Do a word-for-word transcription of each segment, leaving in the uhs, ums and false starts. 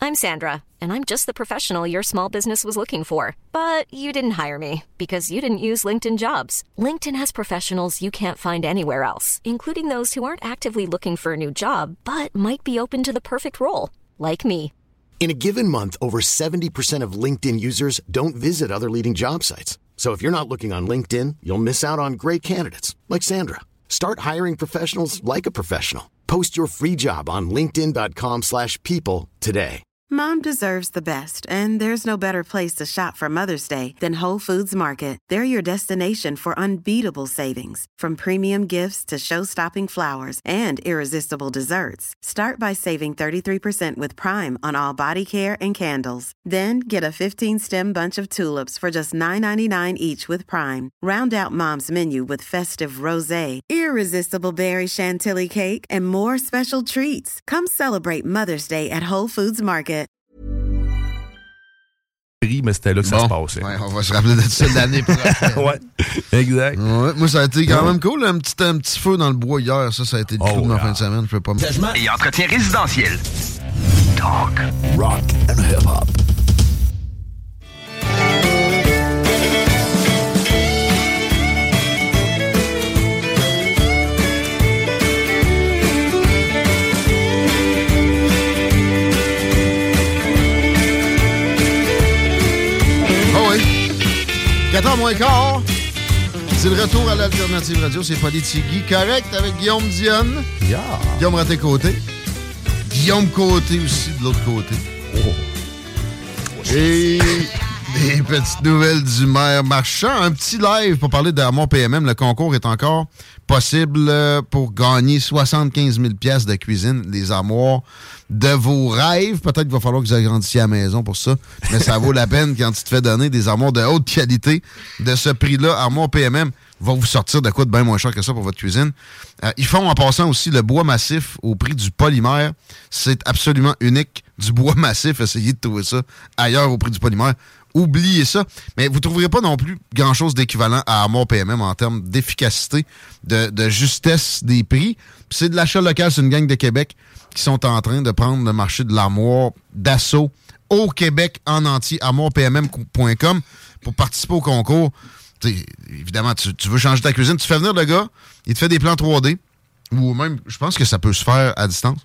I'm Sandra, and I'm just the professional your small business was looking for. But you didn't hire me because you didn't use LinkedIn Jobs. LinkedIn has professionals you can't find anywhere else, including those who aren't actively looking for a new job, but might be open to the perfect role, like me. In a given month, over seventy percent of LinkedIn users don't visit other leading job sites. So if you're not looking on LinkedIn, you'll miss out on great candidates, like Sandra. Start hiring professionals like a professional. Post your free job on linkedin.com slash people today. Mom deserves the best, and there's no better place to shop for Mother's Day than Whole Foods Market. They're your destination for unbeatable savings, from premium gifts to show-stopping flowers and irresistible desserts. Start by saving thirty-three percent with Prime on all body care and candles. Then get a fifteen-stem bunch of tulips for just nine ninety-nine each with Prime. Round out Mom's menu with festive rosé, irresistible berry chantilly cake, and more special treats. Come celebrate Mother's Day at Whole Foods Market. Mais c'était là que bon, ça se passait. Ouais, on va se rappeler de ça l'année prochaine. Ouais, exact. Ouais, moi, ça a été quand même cool. Un petit, un petit feu dans le bois hier. Ça, ça a été le oh, clou de ma yeah. fin de semaine. Je peux pas me... Et entretien résidentiel. Talk, rock and hip-hop. quatre heures moins quart, c'est le retour à l'Alternative Radio. C'est Politigui, correct, avec Guillaume Dionne. Yeah. Guillaume à tes côtés. Guillaume Côté aussi, de l'autre côté. Oh. Et des petites nouvelles du maire Marchand. Un petit live pour parler d'Armoire P M M. Le concours est encore possible pour gagner soixante-quinze mille dollars de cuisine, des armoires de vos rêves. Peut-être qu'il va falloir que vous agrandissiez à la maison pour ça, mais ça vaut la peine quand tu te fais donner des armoires de haute qualité de ce prix-là. Armoire P M M va vous sortir de quoi de bien moins cher que ça pour votre cuisine. Euh, ils font en passant aussi le bois massif au prix du polymère. C'est absolument unique. Du bois massif, essayez de trouver ça ailleurs au prix du polymère. Oubliez ça. Mais vous ne trouverez pas non plus grand-chose d'équivalent à Armoire P M M en termes d'efficacité, de, de justesse des prix. Puis c'est de l'achat local, c'est une gang de Québec qui sont en train de prendre le marché de l'armoire d'assaut au Québec en entier. armoire p m m point com pour participer au concours. T'sais, évidemment, tu, tu veux changer ta cuisine, tu fais venir le gars, il te fait des plans trois D, ou même, je pense que ça peut se faire à distance.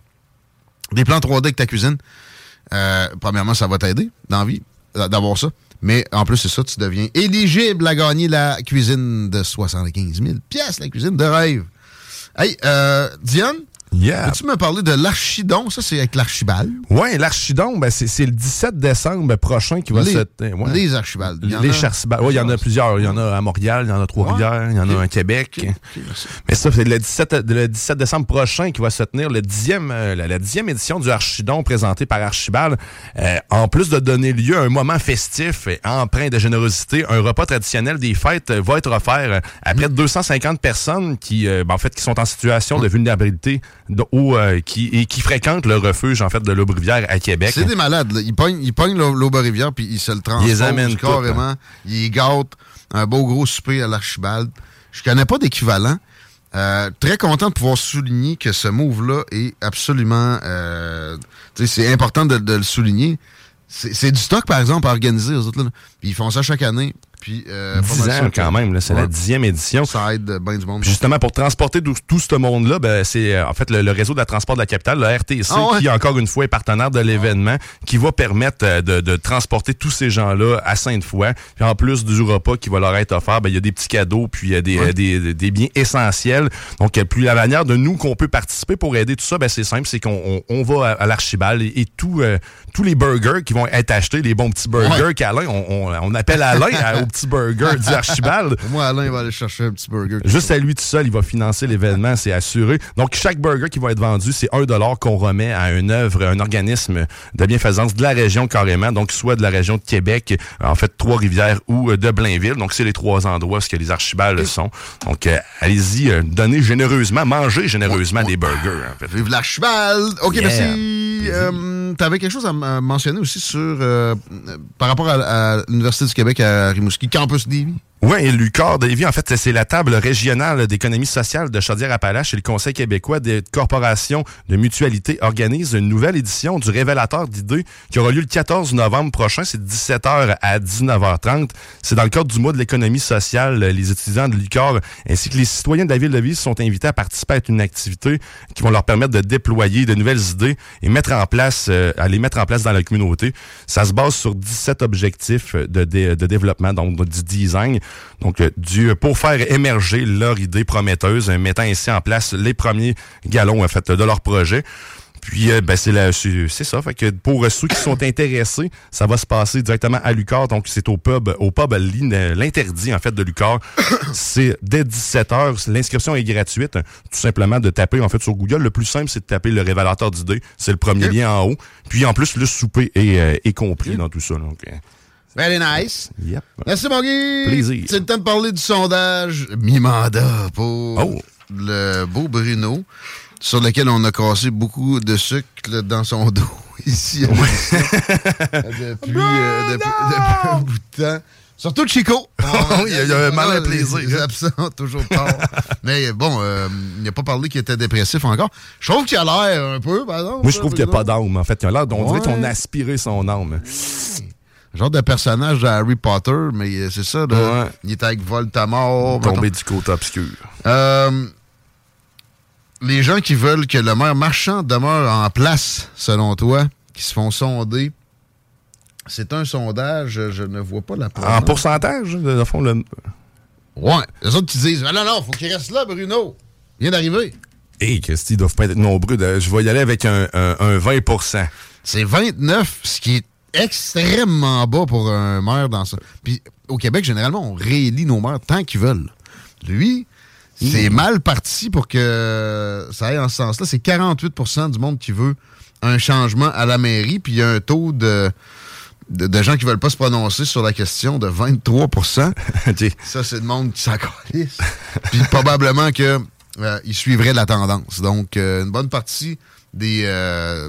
Des plans trois D avec ta cuisine. Euh, premièrement, ça va t'aider dans la vie d'avoir ça. Mais en plus, c'est ça, tu deviens éligible à gagner la cuisine de soixante-quinze mille dollars, la cuisine de rêve. Hey, euh, Diane, yeah. peux-tu me parler de l'Archidon? Ça, c'est avec l'Archibald. Oui, l'Archidon, ben c'est, c'est le dix-sept décembre prochain qui va les, se... Ouais. Les Archibaldes. Les Archibaldes. Oui, il y en a plusieurs. Il y en a à Montréal, il y en a à Trois-Rivières, il y en a à Québec. Okay. Okay, mais ça, c'est le dix-sept, le dix-sept décembre prochain qui va se tenir le dixième, euh, la, la dixième édition du Archidon présenté par Archibald. Euh, en plus de donner lieu à un moment festif empreint de générosité, un repas traditionnel des fêtes va être offert à près de deux cent cinquante personnes qui, euh, ben, en fait, qui sont en situation de vulnérabilité de, ou, euh, qui, et qui fréquentent le refuge en fait, de l'Aube-Rivière à Québec. C'est des malades. Là. Ils pognent, ils pognent l'Aube-Rivière puis ils se le transforment. Ils les amènent carrément. Ils gâtent un beau gros souper à l'Archibald. Je connais pas d'équivalent. Euh, très content de pouvoir souligner que ce move-là est absolument... Euh, c'est important de, de le souligner. C'est, c'est du stock, par exemple, à organiser, eux autres, là. Puis ils font ça chaque année. Puis, euh, dix ans quand même, là, c'est ouais. la dixième édition. Ça aide bien du monde. Justement, pour transporter tout, tout ce monde-là, ben, c'est euh, en fait le, le réseau de la transport de la capitale, le R T C, ah ouais. qui encore une fois est partenaire de l'événement, qui va permettre euh, de, de transporter tous ces gens-là à Sainte-Foy. Puis en plus du repas qui va leur être offert, ben, il y a des petits cadeaux, puis il y a des, ouais. euh, des, des, des biens essentiels. Donc, puis la manière de nous qu'on peut participer pour aider tout ça, ben, c'est simple, c'est qu'on on, on va à, à l'Archibald et, et tout, euh, tous les burgers qui vont être achetés, les bons petits burgers ouais. qu'Alain, on, on, on appelle Alain à, aux petits burgers du Archibald. Moi, Alain, il va aller chercher un petit burger. Juste à lui tout seul, il va financer l'événement, c'est assuré. Donc, chaque burger qui va être vendu, c'est un dollar qu'on remet à une œuvre, un organisme de bienfaisance de la région carrément, donc soit de la région de Québec, en fait, Trois-Rivières ou de Blainville. Donc, c'est les trois endroits où les Archibalds okay. sont. Donc, euh, allez-y, euh, donnez généreusement, mangez généreusement ouais, ouais. des burgers. En fait. Vive l'Archibald! OK, yeah. merci. Euh, tu avais quelque chose à mentionner aussi sur euh, par rapport à, à l'Université du Québec à Rimouski, Campus Lévis. Oui, et l'U Q A R de Lévis, en fait, c'est la table régionale d'économie sociale de Chaudière-Appalaches et le Conseil québécois des corporations de mutualité organise une nouvelle édition du Révélateur d'idées qui aura lieu le quatorze novembre prochain. C'est de dix-sept heures à dix-neuf heures trente. C'est dans le cadre du mois de l'économie sociale. Les étudiants de l'U Q A R ainsi que les citoyens de la ville de Lévis sont invités à participer à une activité qui vont leur permettre de déployer de nouvelles idées et mettre en place, euh, à les mettre en place dans la communauté. Ça se base sur dix-sept objectifs de, de, de développement, donc du design. Donc, du, pour faire émerger leur idée prometteuse, mettant ainsi en place les premiers galons en fait, de leur projet. Puis, ben, c'est, la, c'est, c'est ça. Fait que pour ceux qui sont intéressés, ça va se passer directement à l'U Q A R. Donc, c'est au pub, au pub l'interdit, en fait, de l'U Q A R. C'est dès dix-sept heures. L'inscription est gratuite. Tout simplement de taper, en fait, sur Google. Le plus simple, c'est de taper le Révélateur d'idées. C'est le premier okay. lien en haut. Puis, en plus, le souper est, euh, est compris okay. dans tout ça. Donc, euh, very nice. Yep. Merci, mon Guy. Plaisir. C'est le temps de parler du sondage mi-mandat pour oh. le beau Bruno, sur lequel on a cassé beaucoup de sucre là, dans son dos ici. Ouais. depuis, euh, depuis, depuis un bout de temps. Surtout Chico. On, il y a un malin plaisir. Les absents, toujours tard. Mais bon, euh, il n'a pas parlé qu'il était dépressif encore. Je trouve qu'il a l'air un peu, par exemple. Moi, je trouve qu'il n'y a pas d'âme, en fait. Il a l'air, on ouais. dirait qu'on a aspiré son âme. Genre de personnage de Harry Potter, mais c'est ça, là. Ouais. Il était avec Voldemort. Tombé du côté obscur. Euh, les gens qui veulent que le maire Marchand demeure en place, selon toi, qui se font sonder, c'est un sondage, je ne vois pas la présence. En pourcentage, de fond, le... Ouais. Les autres qui disent, ah non, non, faut qu'il reste là, Bruno. Il vient d'arriver. Hé, hey, Christy, ils doivent pas être nombreux. De... Je vais y aller avec un, un, un vingt pour cent. C'est vingt-neuf, ce qui est extrêmement bas pour un maire dans ça. Puis au Québec, généralement, on réélit nos maires tant qu'ils veulent. Lui, mmh. c'est mal parti pour que ça aille en ce sens-là. C'est quarante-huit pour cent du monde qui veut un changement à la mairie, puis il y a un taux de, de, de gens qui veulent pas se prononcer sur la question de vingt-trois pour cent. Ça, c'est le monde qui s'en calisse. Puis probablement que euh, il suivrait la tendance. Donc, euh, une bonne partie des... Euh,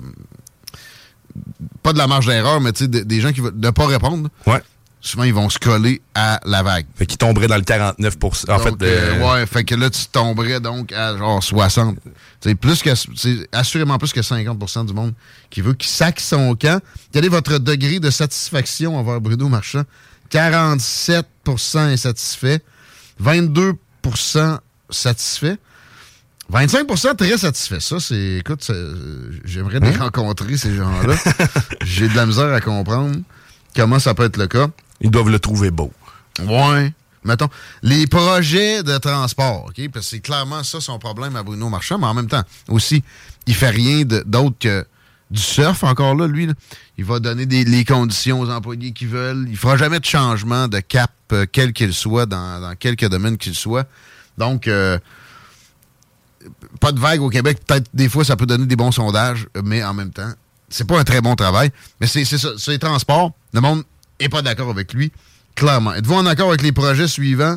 pas de la marge d'erreur, mais tu sais, des, des gens qui veulent ne pas répondre. Ouais. Souvent, ils vont se coller à la vague. Fait qu'ils tomberaient dans le quarante-neuf pour cent. En donc, fait, euh, euh... ouais, fait que là, tu tomberais donc à genre soixante. C'est plus que, c'est assurément plus que cinquante pour cent du monde qui veut qu'il saque son camp. Quel est votre degré de satisfaction envers Bruno Marchand? quarante-sept pour cent insatisfait, vingt-deux pour cent satisfait, vingt-cinq pour cent très satisfait. Ça, c'est... Écoute, c'est, j'aimerais hein? les rencontrer, ces gens-là. J'ai de la misère à comprendre comment ça peut être le cas. Ils doivent le trouver beau. Ouais. Mettons, les projets de transport, OK? Parce que c'est clairement ça son problème à Bruno Marchand, mais en même temps, aussi, il fait rien de, d'autre que du surf, encore là, lui. Là. Il va donner des, les conditions aux employés qui veulent. Il fera jamais de changement de cap, euh, quel qu'il soit, dans, dans quelque domaine qu'il soit. Donc... Euh, pas de vague au Québec. Peut-être des fois, ça peut donner des bons sondages, mais en même temps, c'est pas un très bon travail. Mais c'est, c'est ça. Sur les transports, le monde n'est pas d'accord avec lui, clairement. Êtes-vous en accord avec les projets suivants?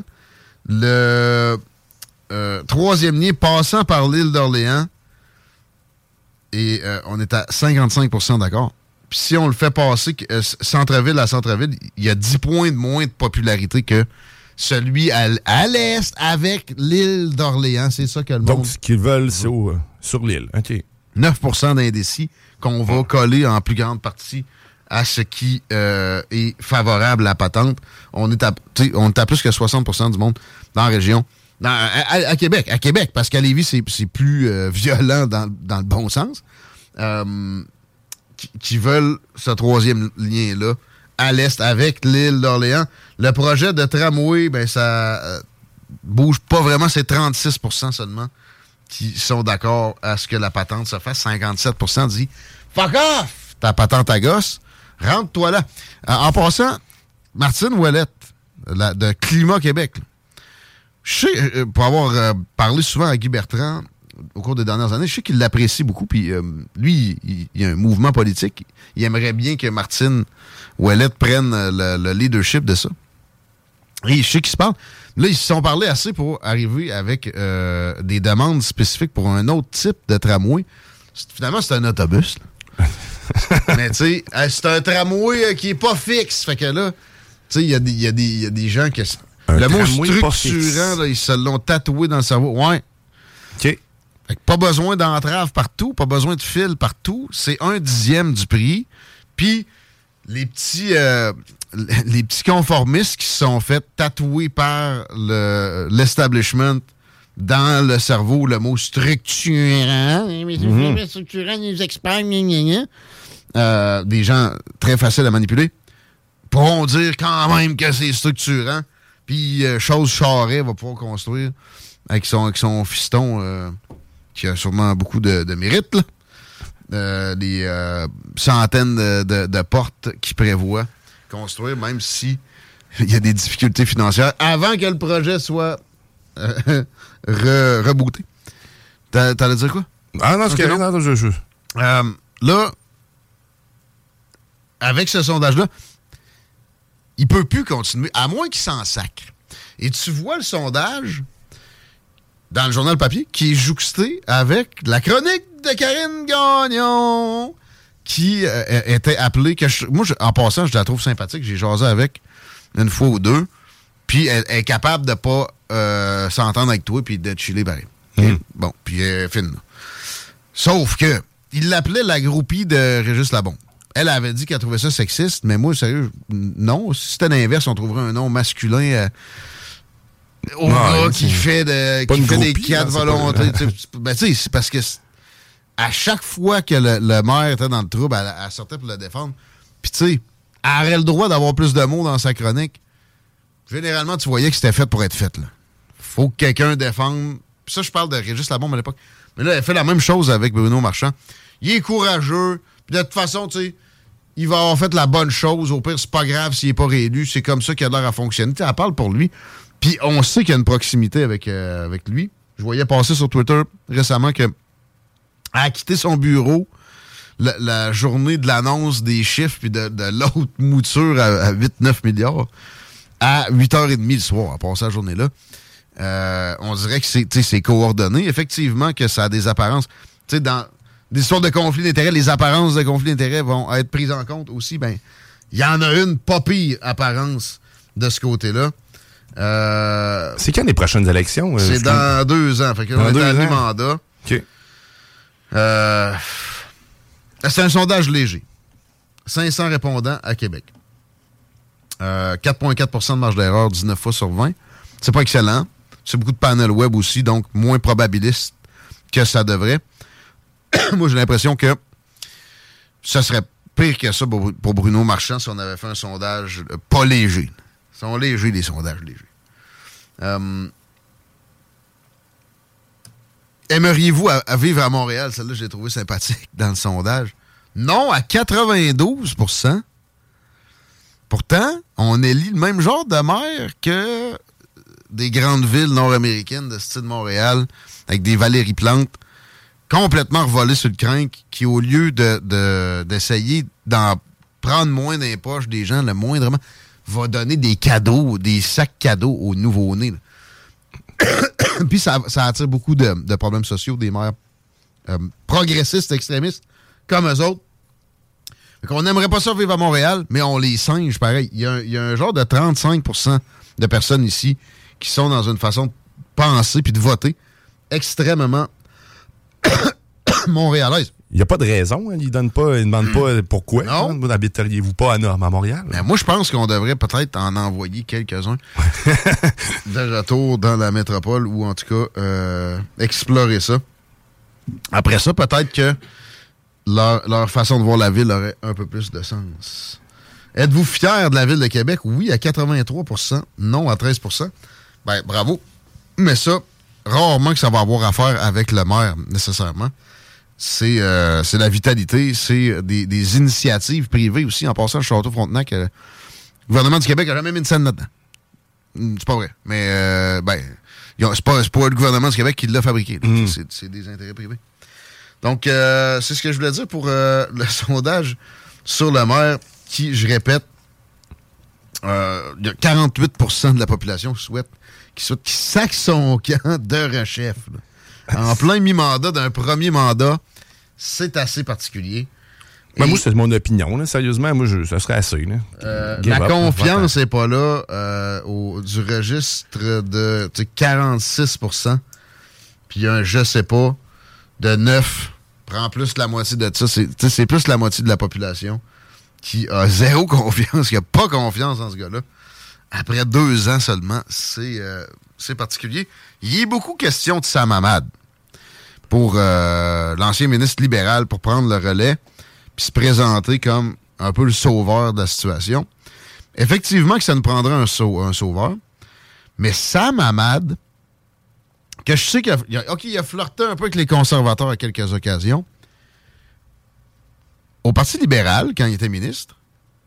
Le euh, troisième lien passant par l'île d'Orléans, et euh, on est à cinquante-cinq pour cent d'accord. Puis si on le fait passer euh, centre-ville à centre-ville, il y a dix points de moins de popularité que celui à, à l'est avec l'île d'Orléans. C'est ça que le Donc, monde... Donc, ce qu'ils veulent, c'est au, euh, sur l'île. OK. neuf pour cent d'indécis qu'on va coller en plus grande partie à ce qui euh, est favorable à la patente. On est à, on est à plus que soixante pour cent du monde dans la région. Dans, à, à, à Québec. À Québec, parce qu'à Lévis, c'est, c'est plus euh, violent dans, dans le bon sens. Euh, qui, qui veulent ce troisième lien-là à l'est avec l'île d'Orléans. Le projet de tramway, ben ça euh, bouge pas vraiment. C'est trente-six pour cent seulement qui sont d'accord à ce que la patente se fasse. cinquante-sept pour cent dit « Fuck off! Ta patente à gosse, rentre-toi là. » En passant, Martine Ouellette, la, de Climat Québec, je sais, euh, pour avoir euh, parlé souvent à Guy Bertrand au cours des dernières années, je sais qu'il l'apprécie beaucoup. Puis euh, lui, il, il y a un mouvement politique. Il aimerait bien que Martine Ouellette prenne le, le leadership de ça. Et je sais qu'ils se parlent. Là, ils se sont parlé assez pour arriver avec euh, des demandes spécifiques pour un autre type de tramway. C'est, finalement, c'est un autobus. Mais tu sais, c'est un tramway qui est pas fixe. Fait que là, tu sais, il y, y, y a des gens qui... Un le mot structurant, là, ils se l'ont tatoué dans le cerveau. Ouais. OK. Fait que pas besoin d'entrave partout, pas besoin de fil partout. C'est un dixième du prix. Puis, les petits, euh, les petits conformistes qui se sont fait tatouer par le, l'establishment dans le cerveau, le mot structurant. Mm-hmm. Structurant, les experts, gna, gna, gna. Euh, des gens très faciles à manipuler, pourront dire quand même que c'est structurant. Puis, euh, chose Charret va pouvoir construire avec son, avec son fiston, euh, qui a sûrement beaucoup de, de mérite, là. Euh, des euh, centaines de, de, de portes qui prévoient construire, même si il y a des difficultés financières, avant que le projet soit euh, re, rebooté. T'as, t'allais dire quoi? Ah non, c'est okay, non, non, je, je... Euh, là, avec ce sondage-là, il peut plus continuer, à moins qu'il s'en sacre. Et tu vois le sondage dans le journal papier qui est jouxté avec la chronique de Karine Gagnon qui euh, était appelée... Que je, moi, je, en passant, je la trouve sympathique. J'ai jasé avec une fois ou deux. Puis elle, elle est capable de pas euh, s'entendre avec toi puis de chiller pareil. Okay? Mm. Bon, puis elle est fine. Sauf que il l'appelait la groupie de Régis Labombe. Elle avait dit qu'elle trouvait ça sexiste, mais moi, sérieux, non. Si c'était l'inverse, on trouverait un nom masculin euh, au gars qui fait, de, qui fait groupie, des quatre volontés. Ben, tu sais, c'est parce que à chaque fois que le, le maire était dans le trouble, elle, elle sortait pour le défendre. Puis, tu sais, elle aurait le droit d'avoir plus de mots dans sa chronique. Généralement, tu voyais que c'était fait pour être fait, là. Faut que quelqu'un défende. Puis ça, je parle de Régis Labombe à l'époque. Mais là, elle fait la même chose avec Bruno Marchand. Il est courageux. Puis de toute façon, tu sais, il va avoir fait la bonne chose. Au pire, c'est pas grave s'il n'est pas réélu. C'est comme ça qu'il a l'air à fonctionner. T'sais, elle parle pour lui. Puis on sait qu'il y a une proximité avec, euh, avec lui. Je voyais passer sur Twitter récemment qu'elle a quitté son bureau la, la journée de l'annonce des chiffres puis de, de l'autre mouture à, à huit neuf milliards à huit heures trente le soir, à passer la journée-là. Euh, on dirait que c'est, c'est coordonné. Effectivement que ça a des apparences. Tu sais, dans des histoires de conflits d'intérêts, les apparences de conflits d'intérêts vont être prises en compte aussi. Ben, il y en a une pas pire apparence de ce côté-là. Euh, c'est quand les prochaines élections? Euh, c'est dans compte... deux ans. Fait que on est dans le mandat. OK. Euh, c'est un sondage léger. cinq cents répondants à Québec. Euh, quatre virgule quatre pour cent de marge d'erreur, dix-neuf fois sur vingt. C'est pas excellent. C'est beaucoup de panels web aussi, donc moins probabiliste que ça devrait. Moi, j'ai l'impression que ça serait pire que ça pour Bruno Marchand si on avait fait un sondage pas léger. Ils sont légers, les sondages légers. Euh, aimeriez-vous à, à vivre à Montréal? Celle-là, je l'ai trouvé sympathique dans le sondage. Non, à quatre-vingt-douze pour cent. Pourtant, on élit le même genre de maire que des grandes villes nord-américaines de style Montréal, avec des Valérie Plante complètement revolées sur le crinque, qui, au lieu de, de, d'essayer d'en prendre moins dans les poches des gens, le moindrement, va donner des cadeaux, des sacs cadeaux aux nouveau-nés. Puis ça, ça attire beaucoup de, de problèmes sociaux des maires euh, progressistes, extrémistes, comme eux autres. On n'aimerait pas ça vivre à Montréal, mais on les singe pareil. Il y a, il y a un genre de trente-cinq pour cent de personnes ici qui sont dans une façon de penser puis de voter extrêmement montréalaise. Il n'y a pas de raison. Hein. Ils ne demandent pas pourquoi. Non. Hein. N'habiteriez-vous pas à, à Montréal? Mais moi, je pense qu'on devrait peut-être en envoyer quelques-uns de retour dans la métropole ou en tout cas euh, explorer ça. Après ça, peut-être que Leur, leur façon de voir la ville aurait un peu plus de sens. Êtes-vous fier de la ville de Québec? Oui, à quatre-vingt-trois pour cent. Non, à treize pour cent. Ben, bravo. Mais ça, rarement que ça va avoir affaire avec le maire, nécessairement. C'est, euh, c'est la vitalité, c'est des, des initiatives privées aussi. En passant, le Château-Frontenac, euh, le gouvernement du Québec n'a jamais mis une scène là-dedans. C'est pas vrai. Mais, euh, ben, c'est pas, c'est pas le gouvernement du Québec qui l'a fabriqué. Mmh. C'est, c'est des intérêts privés. Donc, euh, c'est ce que je voulais dire pour euh, le sondage sur le maire qui, je répète, euh, il y a quarante-huit pour cent de la population qui souhaite, qui souhaite, qui sac son camp de rechef. Là. En plein mi-mandat d'un premier mandat, c'est assez particulier. Ben, moi, c'est mon opinion. Là. Sérieusement, moi, je, ça serait assez. Là. Euh, la up, confiance n'est pas là euh, au, du registre de quarante-six pour cent. Puis il y a un je sais pas de neuf. Prends plus la moitié de ça. C'est, c'est plus la moitié de la population qui a zéro confiance, qui n'a pas confiance dans ce gars-là. Après deux ans seulement, c'est, euh, c'est particulier. Il y a beaucoup question de Sam Hamad pour euh, l'ancien ministre libéral pour prendre le relais puis se présenter comme un peu le sauveur de la situation. Effectivement que ça nous prendrait un, sau- un sauveur, mais Sam Hamad, que je sais qu'il a, il a, okay, il a flirté un peu avec les conservateurs à quelques occasions, au Parti libéral, quand il était ministre,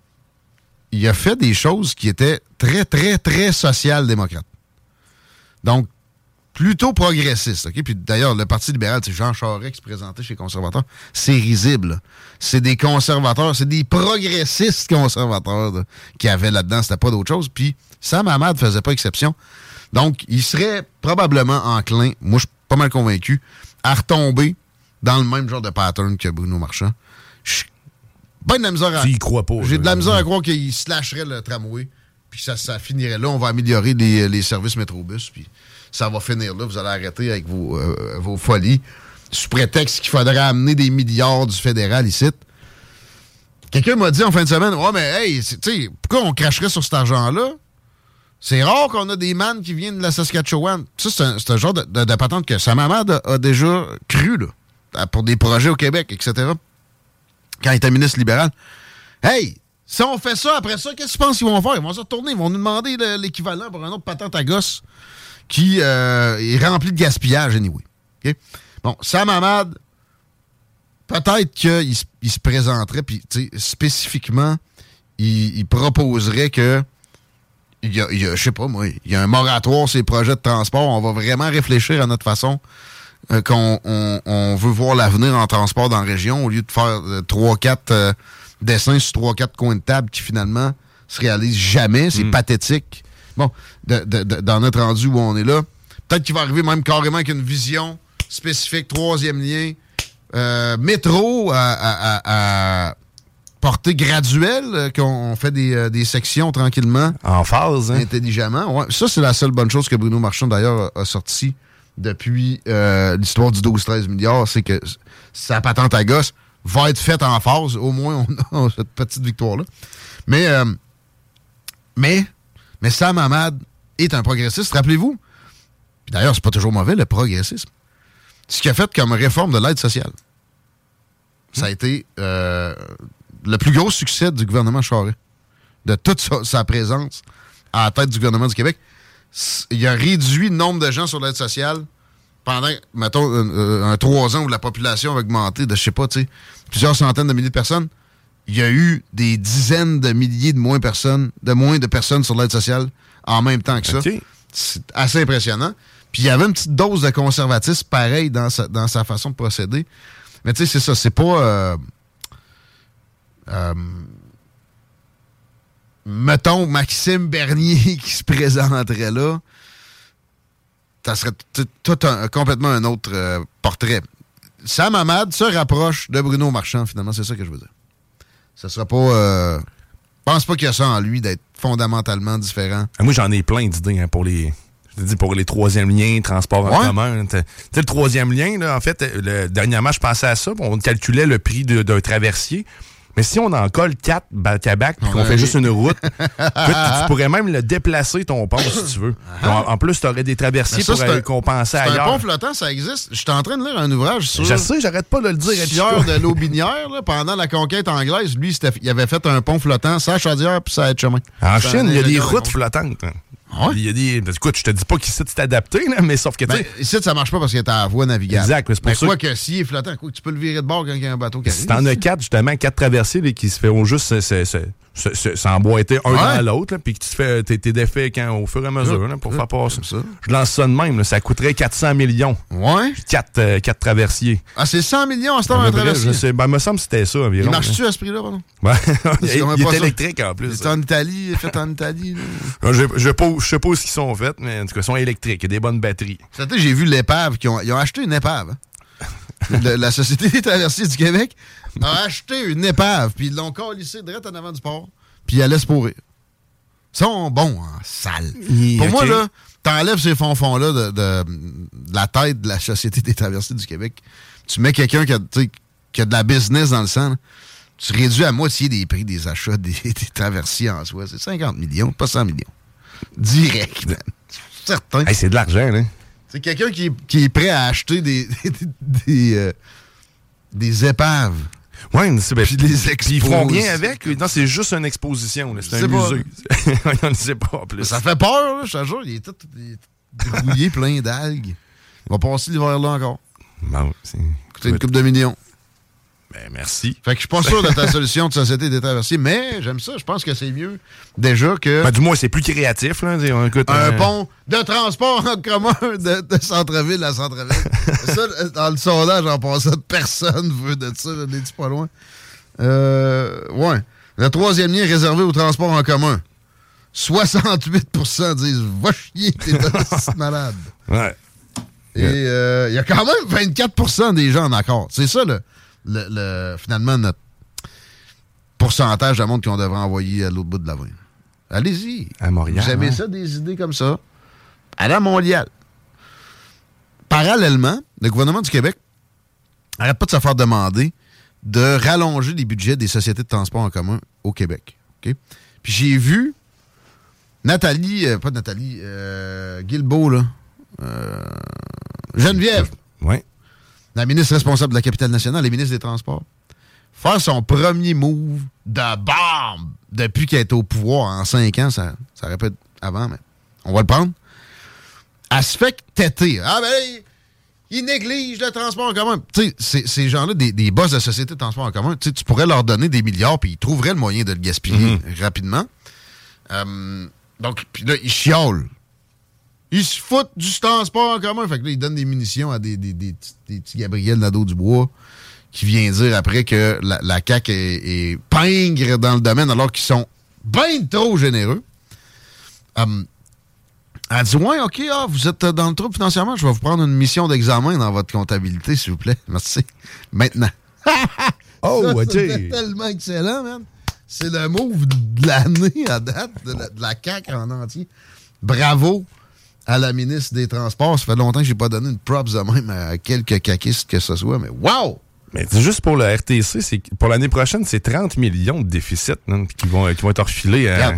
il a fait des choses qui étaient très, très, très social-démocrates. Donc, plutôt progressistes. Okay? Puis d'ailleurs, le Parti libéral, c'est Jean Charest qui se présentait chez les conservateurs. C'est risible. C'est des conservateurs, c'est des progressistes conservateurs là, qui avaient là-dedans. C'était pas d'autre chose. Puis Sam Hamad ne faisait pas exception. Donc, il serait probablement enclin, moi je suis pas mal convaincu, à retomber dans le même genre de pattern que Bruno Marchand. Je suis ben de la misère à... Tu y crois pas. J'ai de la misère à croire qu'il se lâcherait le tramway, puis ça, ça finirait là. On va améliorer les, les services Métrobus, puis ça va finir là. Vous allez arrêter avec vos, euh, vos folies, sous prétexte qu'il faudrait amener des milliards du fédéral ici. Quelqu'un m'a dit en fin de semaine, « Ouais, mais hey, tu sais, pourquoi on cracherait sur cet argent-là? C'est rare qu'on a des mannes qui viennent de la Saskatchewan. » Ça, c'est un, c'est un genre de, de, de patente que Sam Hamad a, a déjà cru, là, pour des projets au Québec, et cetera, quand il était ministre libéral. Hey, si on fait ça, après ça, qu'est-ce que tu penses qu'ils vont faire? Ils vont se retourner, ils vont nous demander le, l'équivalent pour un autre patente à gosse qui euh, est rempli de gaspillage, anyway. Okay? Bon, Sam Hamad, peut-être qu'il il se présenterait, puis spécifiquement, il, il proposerait que il y a, il y a, je sais pas moi, il y a un moratoire sur les projets de transport. On va vraiment réfléchir à notre façon euh, qu'on on, on veut voir l'avenir en transport dans la région au lieu de faire trois quatre euh, dessins sur trois quatre coins de table qui finalement se réalisent jamais. C'est mm. pathétique. Bon, de, de, de, dans notre rendu où on est là, peut-être qu'il va arriver même carrément avec une vision spécifique, troisième lien, euh, métro à, à, à, à portée graduelle, qu'on fait des, euh, des sections tranquillement. En phase, hein? Intelligemment. Ouais. Ça, c'est la seule bonne chose que Bruno Marchand, d'ailleurs, a, a sorti depuis euh, l'histoire du douze treize milliards, c'est que sa patente à gosse va être faite en phase. Au moins, on a cette petite victoire-là. Mais, euh, mais, mais Sam Hamad est un progressiste, rappelez-vous. Puis d'ailleurs, c'est pas toujours mauvais, le progressisme. Ce qu'il a fait comme réforme de l'aide sociale, ça a été euh, le plus gros succès du gouvernement Charest, de toute sa, sa présence à la tête du gouvernement du Québec. Il a réduit le nombre de gens sur l'aide sociale pendant, mettons, un, un trois ans où la population a augmenté de, je sais pas, tu sais, plusieurs centaines de milliers de personnes. Il y a eu des dizaines de milliers de moins personnes, de moins de personnes sur l'aide sociale en même temps que ça. Okay. C'est assez impressionnant. Puis il y avait une petite dose de conservatisme pareil dans sa, dans sa façon de procéder. Mais tu sais, c'est ça, c'est pas... Euh, euh, mettons, Maxime Bernier qui se présenterait là, ça serait tout un, complètement un autre euh, portrait. Sam Hamad se rapproche de Bruno Marchand, finalement, c'est ça que je veux dire. Ça sera pas... Euh, je pense pas qu'il y a ça en lui d'être fondamentalement différent. Moi, j'en ai plein d'idées hein, pour les... Je te dis, pour les troisièmes liens, transport en ouais. commun. Tu sais, le troisième lien, là, en fait, le, dernièrement, je pensais à ça. On calculait le prix de, d'un traversier. Mais si on en colle quatre back-à-back puis qu'on fait juste une route, tu pourrais même le déplacer, ton pont, si tu veux. En, en plus, tu aurais des traversiers ça, pour aller compenser c'est ailleurs. Un pont flottant, ça existe. Je suis en train de lire un ouvrage sur... Je sais, j'arrête pas de le dire. Sieur de l'Aubinière, là, pendant la conquête anglaise, lui, il avait fait un pont flottant, ça à Chaudière puis ça à Etchemin. En Chine, il y a des routes flottantes. Ouais. Il y a des... Écoute, je te dis pas qu'ici, tu t'es adapté, là, mais sauf que, tu sais... Ben, ici, ça marche pas parce qu'il est à la voie navigable. Exact. C'est pour mais ça quoi que, que s'il est flottant, quoi, tu peux le virer de bord quand il y a un bateau qui arrive. Si t'en as quatre, justement, quatre traversiers là, qui se font juste s'emboîter un ouais. dans l'autre, puis que tu te fais tes, tes défaits quand, au fur et à mesure là, pour ouais. faire passer. Ça. Je lance ça de même, là, ça coûterait quatre cents millions. Ouais. Quatre, euh, quatre traversiers. Ah, c'est cent millions à ce temps, un traversier? Je sais, ben, me semble que c'était ça environ. Il marche-tu à ce prix-là, pardon? Ouais. il il est électrique, en plus. C'est en Italie, fait en Italie. Là. Je, je, je sais pas où ils sont faits, mais en tout cas, ils sont électriques. Il y a des bonnes batteries. J'ai vu l'épave. Qui ont, ils ont acheté une épave. Hein? de la Société des traversiers du Québec, a acheté une épave, puis ils l'ont collissée direct en avant du port, puis elle laisse pourrir. Ils sont bons en salle. Yeah, Pour okay. moi, là, t'enlèves ces fonds-fonds-là de, de, de la tête de la Société des traversiers du Québec, tu mets quelqu'un qui a, qui a de la business dans le sang, là, tu réduis à moitié des prix des achats des, des traversiers en soi. C'est cinquante millions, pas cent millions. Direct, man. Certain. Hey, c'est de l'argent, là. C'est quelqu'un qui, qui est prêt à acheter des, des, des, euh, des épaves. Oui, c'est bien. Puis les Puis ils font rien avec. Non, c'est juste une exposition. là. C'est Je un sais musée. On ne sait pas plus. Ça fait peur, là, je te jure. Il est tout, il est grouillé, plein d'algues. Il va passer l'hiver là encore. Bon, c'est... Coûter une couple de millions. Ben, merci. Fait que je suis pas sûr de ta solution de Société des traversiers, mais j'aime ça. Je pense que c'est mieux déjà que Ben, du moins, c'est plus créatif. Là. On écoute, un euh... pont de transport en commun de, de centre-ville à centre-ville. Ça, dans le sondage, en passant, personne veut de ça. On est pas loin. Euh, ouais. Le troisième lien réservé au transport en commun. soixante-huit pour cent disent « Va chier, t'es un malade. » Ouais. Et il euh, y a quand même vingt-quatre pour cent des gens en accord. C'est ça, le, le, le, finalement, notre pourcentage de monde qu'on devrait envoyer à l'autre bout de la ville. Allez-y. À Montréal. Vous aimez hein? ça, des idées comme ça? Allez à Montréal. Parallèlement, le gouvernement du Québec n'arrête pas de se faire demander de rallonger les budgets des sociétés de transport en commun au Québec. Okay? Puis j'ai vu Nathalie, euh, pas Nathalie, euh, Guilbeault, là, euh, Geneviève, Oui. la ministre responsable de la capitale nationale et ministre des Transports, faire son premier move de bombe depuis qu'elle est au pouvoir en cinq ans. Ça, ça aurait pu être avant, mais on va le prendre. Elle se fait têter. Ah ben, ils négligent le transport en commun. Tu sais, ces gens-là, des, des boss de sociétés de transport en commun, tu pourrais leur donner des milliards puis ils trouveraient le moyen de le gaspiller mm-hmm. rapidement. Euh, donc, puis là, ils chiolent. Ils se foutent du transport en commun. Fait que là, ils donnent des munitions à des, des, des, des petits Gabriel Nadeau-Dubois qui vient dire après que la, la C A Q est, est pingre dans le domaine alors qu'ils sont bien trop généreux. Um, elle dit « Ouais, OK, ah, vous êtes dans le trouble financièrement. Je vais vous prendre une mission d'examen dans votre comptabilité, s'il vous plaît. Merci. Maintenant. » Oh, ça, OK. C'est tellement excellent, man. C'est le move de l'année à date, de la, de la C A Q en entier. Bravo à la ministre des Transports. Ça fait longtemps que j'ai pas donné une props de même à quelques caquistes que ce soit, mais wow! Mais c'est juste pour le R T C, c'est, pour l'année prochaine, c'est trente millions de déficit hein, qui, vont, qui vont être refilés. À...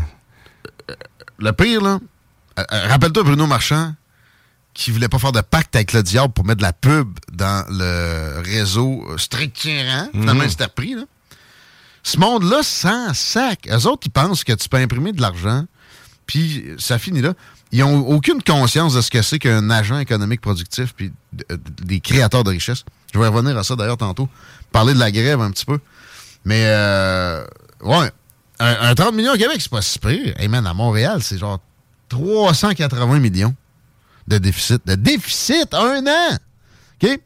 Le pire, là, euh, rappelle-toi Bruno Marchand qui voulait pas faire de pacte avec le diable pour mettre de la pub dans le réseau structurant. Finalement, mm-hmm. c'était repris, là. Ce monde-là, sans sac. Eux autres, ils pensent que tu peux imprimer de l'argent, puis ça finit là. Ils n'ont aucune conscience de ce que c'est qu'un agent économique productif, puis des créateurs de richesse. Je vais revenir à ça d'ailleurs tantôt. Parler de la grève un petit peu. Mais, euh, ouais, un, un trente millions au Québec, c'est pas si pire. Hey man, à Montréal, c'est genre trois cent quatre-vingts millions de déficit. De déficit, un an! OK?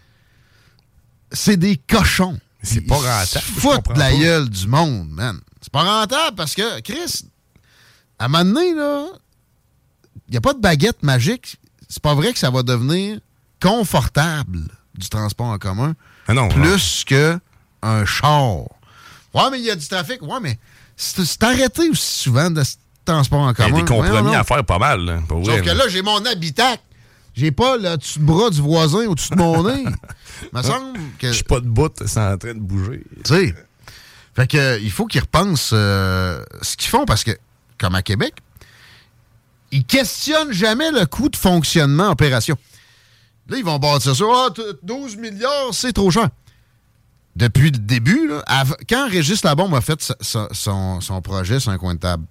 C'est des cochons. C'est pas rentable. Ils se foutent de la gueule du monde, man. C'est pas rentable parce que, Chris, à un moment donné, là, il n'y a pas de baguette magique. C'est pas vrai que ça va devenir confortable du transport en commun ah non, plus non. qu'un char. Ouais, mais il y a du trafic. Ouais, mais c'est, c'est arrêté aussi souvent de ce transport en commun. Il y a des compromis ouais, à faire pas mal. Là, Sauf vrai, que là, là, j'ai mon habitacle. J'ai pas le dessus de bras du voisin au-dessus de mon nez. Il me semble que... Je suis pas de bout, c'est en train de bouger. Tu sais. Fait que euh, il faut qu'ils repensent euh, ce qu'ils font parce que, comme à Québec, ils questionnent jamais le coût de fonctionnement opération. Là, ils vont bâtir ça. Ah, douze milliards, c'est trop cher. Depuis le début, là, av- quand Régis Labombe a fait sa, sa, son, son projet sur un coin de table,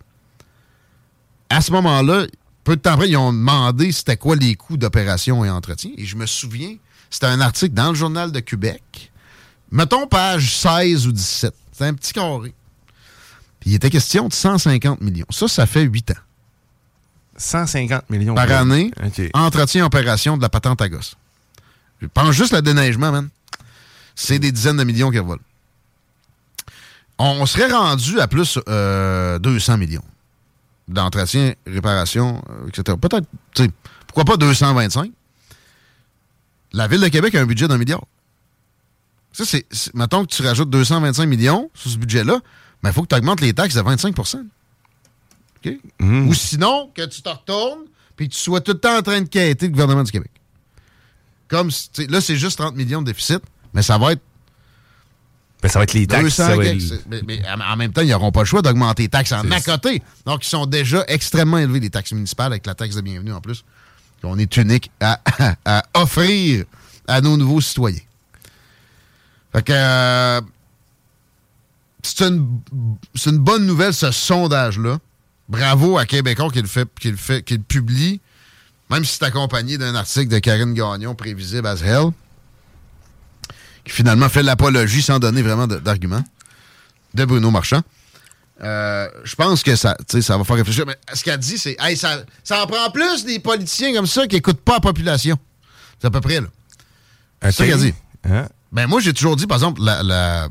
à ce moment-là, peu de temps après, ils ont demandé c'était quoi les coûts d'opération et entretien. Et je me souviens, c'était un article dans le Journal de Québec. Mettons page seize ou dix-sept. C'était un petit carré. Puis il était question de cent cinquante millions. Ça, ça fait huit ans. cent cinquante millions par année, okay. entretien, opération de la patente à gosse. Je pense juste le déneigement, man. C'est des dizaines de millions qui revolent. On serait rendu à plus euh, deux cents millions d'entretien, réparation, euh, et cetera. Peut-être, tu sais, pourquoi pas deux cent vingt-cinq? La Ville de Québec a un budget d'un milliard. Ça, c'est, c'est... Mettons que tu rajoutes deux cent vingt-cinq millions sur ce budget-là, mais il faut que tu augmentes les taxes de vingt-cinq pour cent. OK? Mmh. Ou sinon, que tu te retournes puis que tu sois tout le temps en train de quêter le gouvernement du Québec. Comme, là, c'est juste trente millions de déficit, mais ça va être... Ben, ça va être les taxes. Ça va être... mais, mais en même temps, ils n'auront pas le choix d'augmenter les taxes en à côté. Donc, ils sont déjà extrêmement élevés, les taxes municipales, avec la taxe de bienvenue en plus. On est unique à, à, à offrir à nos nouveaux citoyens. Fait que... Euh, c'est, une, c'est une bonne nouvelle, ce sondage-là. Bravo à Québécois qui le fait, qui le fait, qui le publie, même si c'est accompagné d'un article de Karine Gagnon, prévisible as hell, qui finalement fait l'apologie sans donner vraiment de, d'arguments, de Bruno Marchand. Euh, je pense que ça, ça va faire réfléchir. Mais ce qu'elle dit, c'est hey, ça, ça en prend plus des politiciens comme ça qui n'écoutent pas la population. C'est à peu près, là. Okay. C'est ça qu'elle dit. Hein? Ben, moi, j'ai toujours dit, par exemple, la, la,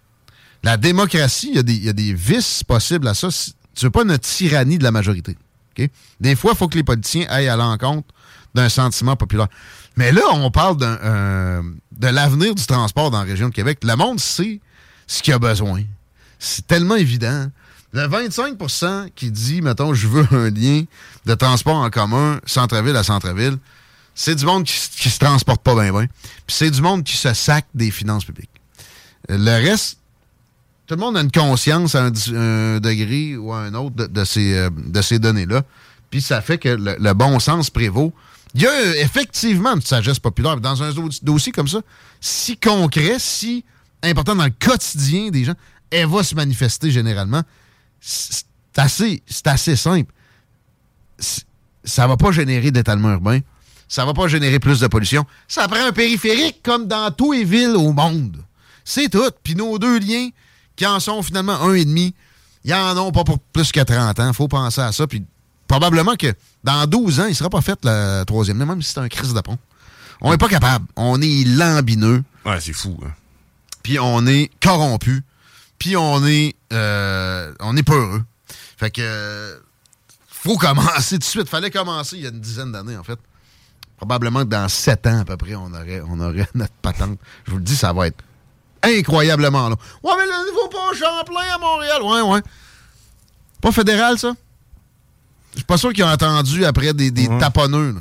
la démocratie, il y, y a des vices possibles à ça. Tu veux pas une tyrannie de la majorité. Okay? Des fois, il faut que les politiciens aillent à l'encontre d'un sentiment populaire. Mais là, on parle d'un, euh, de l'avenir du transport dans la région de Québec. Le monde sait ce qu'il a besoin. C'est tellement évident. Le vingt-cinq pour cent qui dit, mettons, je veux un lien de transport en commun, centre-ville à centre-ville, c'est du monde qui, qui se transporte pas bien, bien. Puis c'est du monde qui se sac des finances publiques. Le reste, tout le monde a une conscience à un, un degré ou à un autre de, de, ces, de ces données-là. Puis ça fait que le, le bon sens prévaut. Il y a effectivement une sagesse populaire. Dans un dossier comme ça, si concret, si important dans le quotidien des gens, elle va se manifester généralement. C'est assez, c'est assez simple. C'est, ça va pas générer d'étalement urbain. Ça va pas générer plus de pollution. Ça prend un périphérique comme dans toutes les villes au monde. C'est tout. Puis nos deux liens, qui en sont finalement un et demi, ils en ont pas pour plus que trente ans. Faut penser à ça. Puis probablement que dans douze ans, il sera pas fait le troisième lien, même si c'est un crise de pont. On n'est pas capable. On est lambineux. Ouais, c'est fou. Hein? Puis on est corrompu. Puis on est euh, on est peureux. Fait que euh, faut commencer tout de suite. Fallait commencer il y a une dizaine d'années, en fait. Probablement que dans sept ans, à peu près, on aurait, on aurait notre patente. Je vous le dis, ça va être incroyablement long. Ouais, mais le nouveau pont Champlain à Montréal. Ouais, ouais. Pas fédéral, ça? Je suis pas sûr qu'ils ont attendu après des, des ouais. taponneux, là.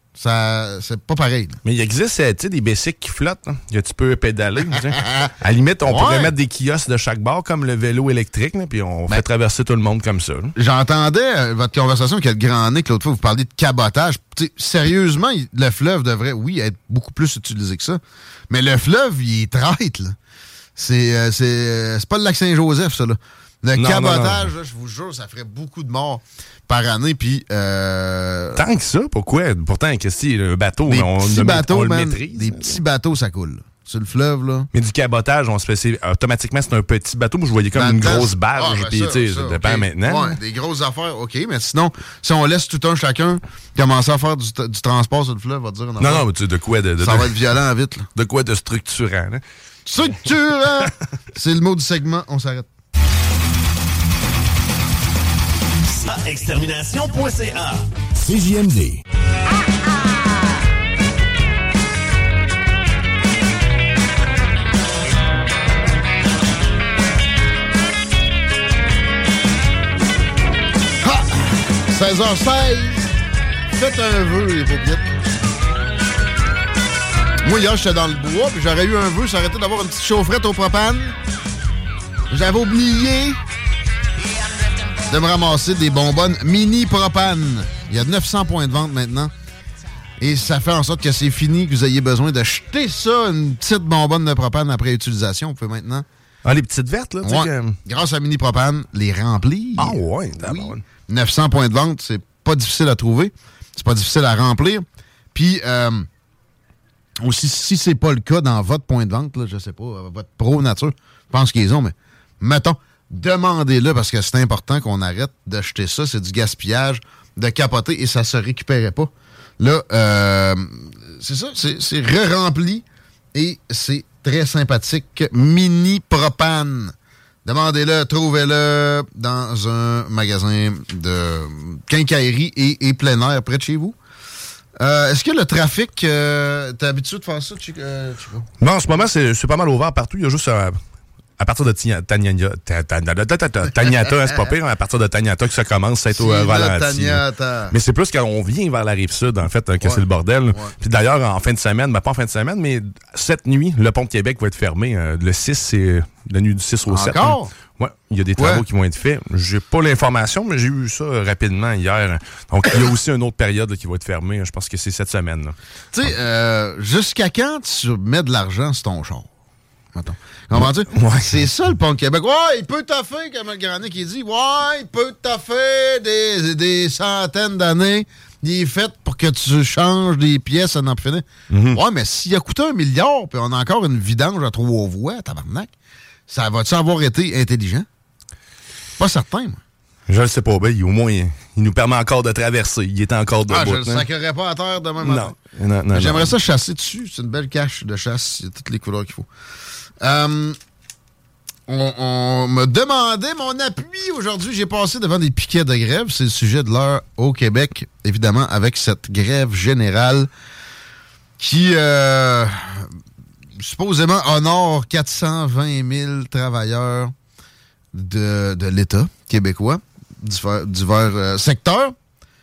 Ça, c'est pas pareil. Là. Mais il existe, tu sais, des bicycles qui flottent, hein, que tu peux pédaler. À la limite, on ouais. pourrait mettre des kiosques de chaque bord, comme le vélo électrique, là, puis on ben, fait traverser tout le monde comme ça. Là. J'entendais euh, votre conversation avec le Grand Nick l'autre fois, vous parliez de cabotage. T'sais, sérieusement, il, le fleuve devrait, oui, être beaucoup plus utilisé que ça. Mais le fleuve, il est traite, là. C'est, euh, c'est, euh, c'est pas le lac Saint-Joseph, ça, là. Le non, cabotage, non, non. Là, je vous jure, ça ferait beaucoup de morts par année. Puis euh... tant que ça, pourquoi? Pourtant, qu'est-ce que le bateau, des on, petits on, bateaux, on man, le maîtrise. Des petits bateaux, ça coule. Là. Sur le fleuve, là. Mais du cabotage, on se fait automatiquement, c'est un petit bateau. Moi, je voyais comme dans une temps, grosse barge. Ah, ben puis, tu sais, ça, ça dépend okay. maintenant. Ouais, des grosses affaires, OK. Mais sinon, si on laisse tout un chacun commencer à faire du, du transport sur le fleuve, on va dire... Non, non, mais tu sais, de quoi de, de, ça de, va être violent vite, là. De quoi de structurant, là. Structurant! C'est le mot du segment. On s'arrête. extermination point c a C J M D. Ha! seize heures seize. Faites un vœu, les paupiètes. Moi, hier, j'étais dans le bois, puis j'aurais eu un vœu, ça aurait été d'avoir une petite chaufferette au propane. J'avais oublié de me ramasser des bonbonnes mini propane. Il y a neuf cents points de vente maintenant. Et ça fait en sorte que c'est fini, que vous ayez besoin de jeter ça, une petite bonbonne de propane après utilisation. Vous pouvez maintenant... Ah, les petites vertes, là? Ouais. Que... Grâce à mini propane, les remplir. Ah ouais, oui. neuf cents points de vente, c'est pas difficile à trouver. C'est pas difficile à remplir. Puis, euh, aussi, si c'est pas le cas dans votre point de vente, là, je sais pas, votre Pro Nature, je pense qu'ils ont, mais mettons... Demandez-le parce que c'est important qu'on arrête d'acheter ça. C'est du gaspillage, de capoter et ça se récupérait pas. Là, euh, c'est ça, c'est, c'est re-rempli et c'est très sympathique. Mini propane. Demandez-le, trouvez-le dans un magasin de quincaillerie et, et plein air près de chez vous. Euh, est-ce que le trafic, euh, t'es habitué de faire ça, Chico? Euh, non, en ce moment, c'est, c'est pas mal ouvert partout. Il y a juste à, à partir de Taniata, Taniata, c'est pas pire, à partir de Taniata que ça commence à être au ralenti. Mais c'est plus quand on vient vers la Rive-Sud, en fait, que ouais. c'est le bordel. Ouais. Puis d'ailleurs, en fin de semaine, ben pas en fin de semaine, mais cette nuit, le pont de Québec va être fermé. Le six, c'est la nuit du six au sept. Encore? Oui, il y a des travaux ouais. qui vont être faits. J'ai pas l'information, mais j'ai eu ça rapidement hier. Donc, il y a aussi une autre période là, qui va être fermée. Je pense que c'est cette semaine. Tu sais, euh, jusqu'à quand tu mets de l'argent sur ton char? Attends. Comment dire? Ouais. C'est ça le pont de Québec. Ouais, il peut taffer, comme le Granet qui dit. Ouais, il peut taffer des, des centaines d'années. Il est fait pour que tu changes des pièces à n'en plus finir. Mm-hmm. Ouais, mais s'il a coûté un milliard, puis on a encore une vidange à trois voies, tabarnak, ça va-tu avoir été intelligent? Pas certain, moi. Je le sais pas, ben, au moins, il, il nous permet encore de traverser. Il est encore debout. Ah, je ne le sacrerais pas à terre demain matin. Non, non, non. J'aimerais non. ça chasser dessus. C'est une belle cache de chasse. Il y a toutes les couleurs qu'il faut. Euh, on, on me demandait mon appui aujourd'hui. J'ai passé devant des piquets de grève. C'est le sujet de l'heure au Québec, évidemment, avec cette grève générale qui... Euh, supposément honore quatre cent vingt mille travailleurs de, de l'État québécois, divers, divers euh, secteurs.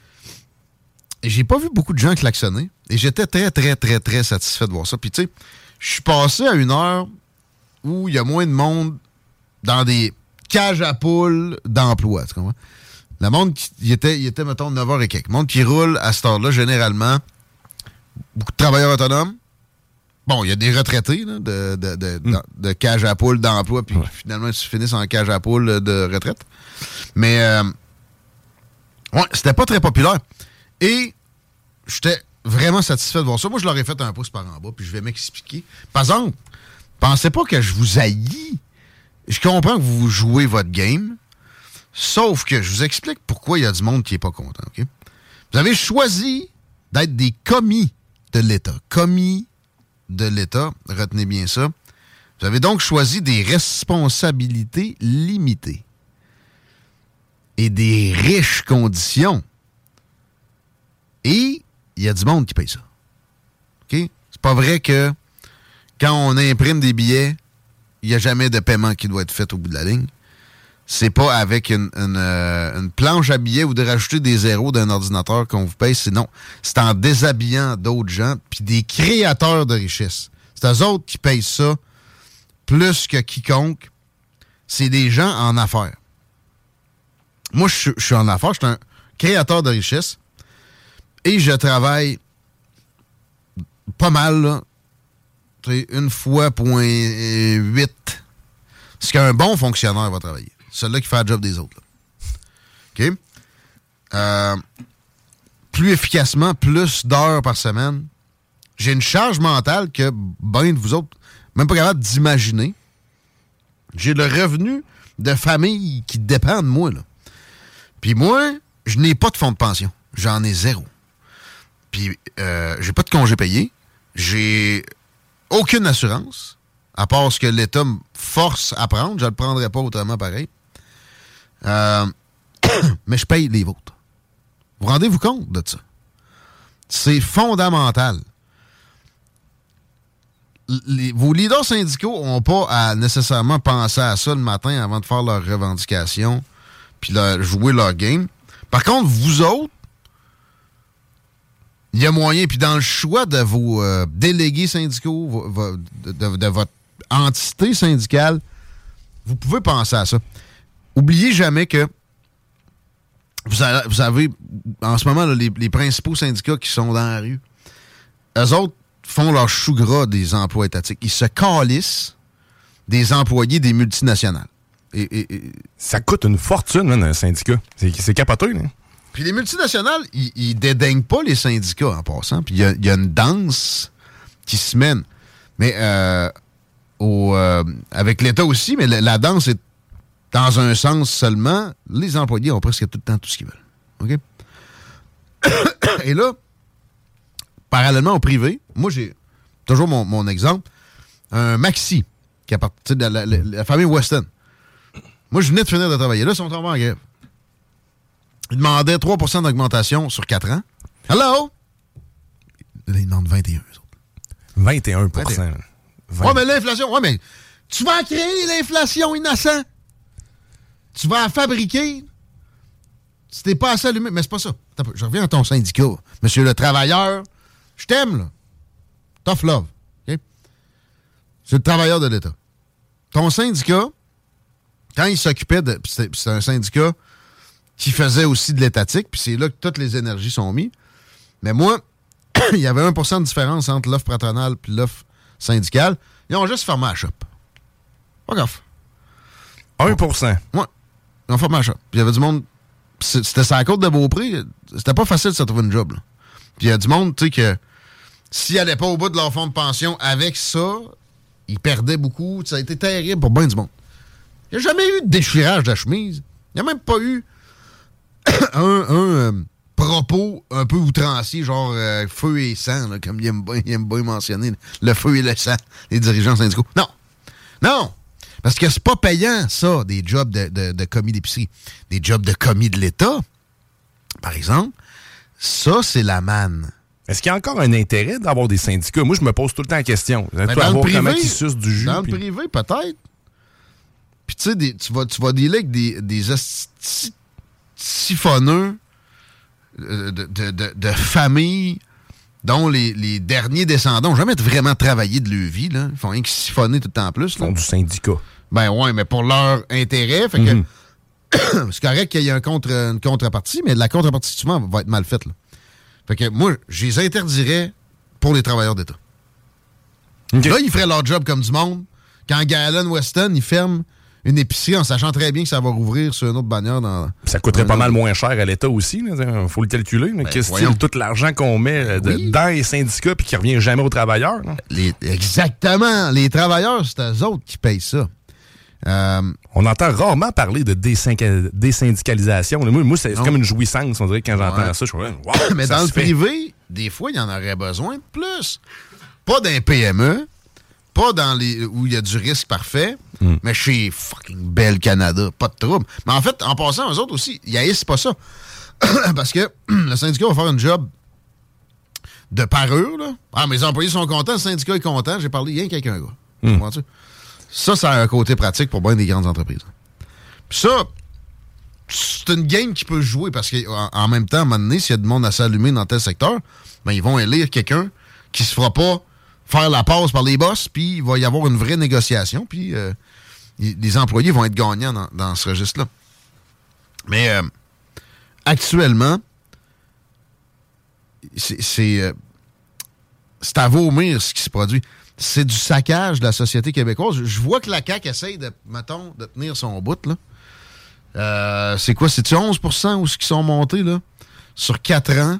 Et j'ai pas vu beaucoup de gens klaxonner. Et j'étais très, très, très, très satisfait de voir ça. Puis tu sais, je suis passé à une heure où il y a moins de monde dans des cages à poules d'emploi. Tu comprends? Le monde, qui, il était, il était, mettons, neuf heures et quelques. Le monde qui roule à cette heure-là, généralement, beaucoup de travailleurs autonomes. Bon, il y a des retraités là, de, de, de, mm. de, de cage à poules d'emploi, puis ouais. finalement, ils finissent en cage à poules de retraite. Mais, euh, ouais, c'était pas très populaire. Et j'étais vraiment satisfait de voir ça. Moi, je leur ai fait un pouce par en bas, puis je vais m'expliquer. Par exemple, pensez pas que je vous haïs. Je comprends que vous jouez votre game, sauf que je vous explique pourquoi il y a du monde qui est pas content. Okay? Vous avez choisi d'être des commis de l'État. Commis de l'État, retenez bien ça. Vous avez donc choisi des responsabilités limitées et des riches conditions. Et il y a du monde qui paye ça. OK? C'est pas vrai que quand on imprime des billets, il n'y a jamais de paiement qui doit être fait au bout de la ligne. C'est pas avec une, une, euh, une planche à billets ou de rajouter des zéros d'un ordinateur qu'on vous paye. C'est non. C'est en déshabillant d'autres gens puis des créateurs de richesse. C'est eux autres qui payent ça plus que quiconque. C'est des gens en affaires. Moi, je, je suis en affaires. Je suis un créateur de richesse et je travaille pas mal, là. Une fois point huit. Ce qu'un bon fonctionnaire va travailler. Celui-là qui fait le job des autres. Là. OK? Euh, plus efficacement, plus d'heures par semaine. J'ai une charge mentale que ben de vous autres, même pas capable d'imaginer. J'ai le revenu de famille qui dépend de moi. Là. Puis moi, je n'ai pas de fonds de pension. J'en ai zéro. Puis euh, j'ai pas de congé payé. J'ai aucune assurance. À part ce que l'État me force à prendre, je ne le prendrais pas autrement pareil. Euh, mais je paye les vôtres. Vous rendez-vous compte de ça? C'est fondamental. Les, vos leaders syndicaux n'ont pas à nécessairement penser à ça le matin avant de faire leurs revendications puis leur, jouer leur game. Par contre, vous autres, il y a moyen, puis dans le choix de vos euh, délégués syndicaux, vo, vo, de, de, de votre entité syndicale, vous pouvez penser à ça. Oubliez jamais que vous avez, vous avez en ce moment, là, les, les principaux syndicats qui sont dans la rue, eux autres font leur chou gras des emplois étatiques. Ils se calissent des employés des multinationales. Et, et, et, ça coûte une fortune, man, un syndicat. C'est, c'est capoteux, là. Puis les multinationales, ils, ils dédaignent pas les syndicats en passant. Puis il y, y a une danse qui se mène. Mais euh, au, euh, avec l'État aussi, mais la, la danse est dans un sens seulement. Les employés ont presque tout le temps tout ce qu'ils veulent. OK? Et là, parallèlement au privé, moi j'ai toujours mon, mon exemple, un Maxi, qui appartient de la, la, la famille Weston. Moi, je venais de finir de travailler. Là, ils sont tombés en grève. Ils demandaient trois pour cent d'augmentation sur quatre ans. Hello? Ils demandent vingt et un. vingt et un pour cent. Ouais, mais l'inflation, ouais, mais tu vas en créer l'inflation, innocent. Tu vas en fabriquer. Si t'es pas assez allumé. Mais c'est pas ça. Je reviens à ton syndicat. Monsieur le travailleur, je t'aime, là. Tough love. Okay? C'est le travailleur de l'État. Ton syndicat, quand il s'occupait de. C'est, c'est un syndicat qui faisait aussi de l'étatique, puis c'est là que toutes les énergies sont mises. Mais moi, il y avait un pour cent de différence entre l'offre patronale et l'offre syndicale. Ils ont juste fermé la shop. Pas grave. un pour cent? Ouais. Ils ont fermé la shop. Puis il y avait du monde. C'était sur la côte de Beaupré. C'était pas facile de se trouver une job, là. Puis il y a du monde, tu sais, que s'ils n'allaient pas au bout de leur fonds de pension avec ça, ils perdaient beaucoup. Ça a été terrible pour bien du monde. Il n'y a jamais eu de déchirage de chemise. Il n'y a même pas eu un, un euh, propos un peu outrancier, genre euh, feu et sang, là, comme il aime bien, il aime bien mentionner, le feu et le sang, les dirigeants syndicaux. Non! Non! Parce que c'est pas payant, ça, des jobs de, de, de commis d'épicerie. Des jobs de commis de l'État, par exemple, ça, c'est la manne. Est-ce qu'il y a encore un intérêt d'avoir des syndicats? Moi, je me pose tout le temps la question. Ben, dans le privé, qui suce du jus, dans pis... le privé, peut-être. Puis tu sais, tu vas, tu vas dealer avec des, des siphonneux de, de, de, de familles dont les, les derniers descendants n'ont jamais vraiment travaillé de leur vie. Là. Ils font rien que siphonner tout le temps en plus. Là. Ils font du syndicat. Ben ouais, mais pour leur intérêt. Fait que mm-hmm. c'est correct qu'il y ait un contre, une contrepartie, mais la contrepartie, souvent, va être mal faite. Là. Fait que moi, je les interdirais pour les travailleurs d'État. Okay. Là, ils feraient leur job comme du monde. Quand Galen Weston, il ferme une épicerie en sachant très bien que ça va rouvrir sur une autre bannière. Dans, ça coûterait dans pas mal moins cher à l'État aussi. Il faut le calculer. Ben, Qu'est-ce que c'est tout l'argent qu'on met de, oui. dans les syndicats puis qui ne revient jamais aux travailleurs? Les, exactement. Les travailleurs, c'est eux autres qui payent ça. Euh, on entend rarement parler de désync- désyndicalisation. Moi, moi c'est, c'est comme une jouissance, on dirait, quand j'entends ouais. ça. Je suis wow, mais ça dans le fait. privé, des fois, il y en aurait besoin de plus. Pas d'un P M E, pas dans les où il y a du risque parfait, mm. mais chez fucking Bell Canada, pas de trouble. Mais en fait, en passant, eux autres aussi, ils haïssent pas ça. Parce que le syndicat va faire un job de parure. Là. Ah, mes employés sont contents, le syndicat est content, j'ai parlé rien qu'avec un gars. Mm. Ça, ça a un côté pratique pour bien des grandes entreprises. Puis ça, c'est une game qui peut jouer parce qu'en en même temps, à un moment donné, s'il y a du monde à s'allumer dans tel secteur, ben ils vont élire quelqu'un qui se fera pas faire la passe par les boss, puis il va y avoir une vraie négociation, puis euh, les employés vont être gagnants dans, dans ce registre-là. Mais euh, actuellement, c'est, c'est, euh, c'est à vomir ce qui se produit. C'est du saccage de la société québécoise. Je vois que la C A Q essaye de, mettons, de tenir son bout, là. Euh, c'est quoi? C'est-tu onze pour cent où ce qui sont montés, là? Sur quatre ans.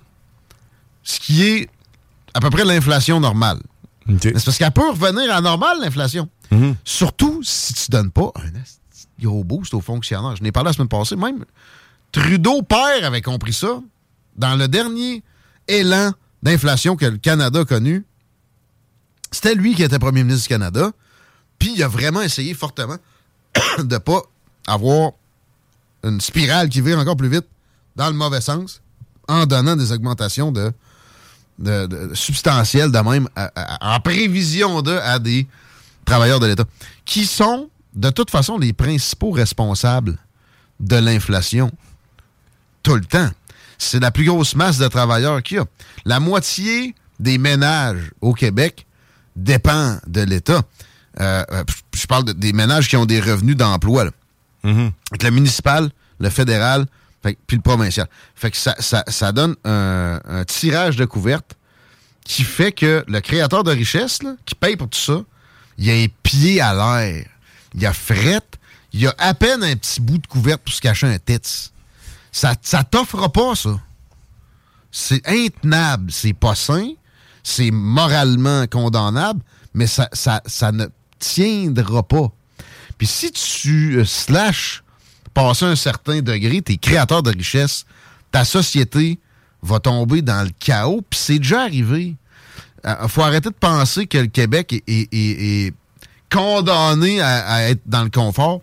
Ce qui est à peu près l'inflation normale. Okay. Mais c'est parce qu'elle peut revenir à normale, l'inflation. Mm-hmm. Surtout si tu donnes pas un gros boost aux fonctionnaires. Je n'ai parlé la semaine passée. Même Trudeau père avait compris ça. Dans le dernier élan d'inflation que le Canada a connu, c'était lui qui était premier ministre du Canada, puis il a vraiment essayé fortement de ne pas avoir une spirale qui vire encore plus vite dans le mauvais sens en donnant des augmentations de, de, de substantielles de même à, à, en prévision de à des travailleurs de l'État, qui sont de toute façon les principaux responsables de l'inflation tout le temps. C'est la plus grosse masse de travailleurs qu'il y a. La moitié des ménages au Québec dépend de l'État. Euh, je parle de, des ménages qui ont des revenus d'emploi. Là. Mm-hmm. Avec le municipal, le fédéral, fait, puis le provincial. Fait que ça, ça, ça donne un, un tirage de couverte qui fait que le créateur de richesse, là, qui paye pour tout ça, il a un pied à l'air. Il a frette. Il a à peine un petit bout de couverte pour se cacher un tits. Ça, ça t'offre pas, ça. C'est intenable. C'est pas sain. C'est moralement condamnable, mais ça, ça, ça ne tiendra pas. Puis si tu euh, slashes passer un certain degré, t'es créateur de richesse, ta société va tomber dans le chaos, puis c'est déjà arrivé. Il euh, faut arrêter de penser que le Québec est, est, est, est condamné à, à être dans le confort.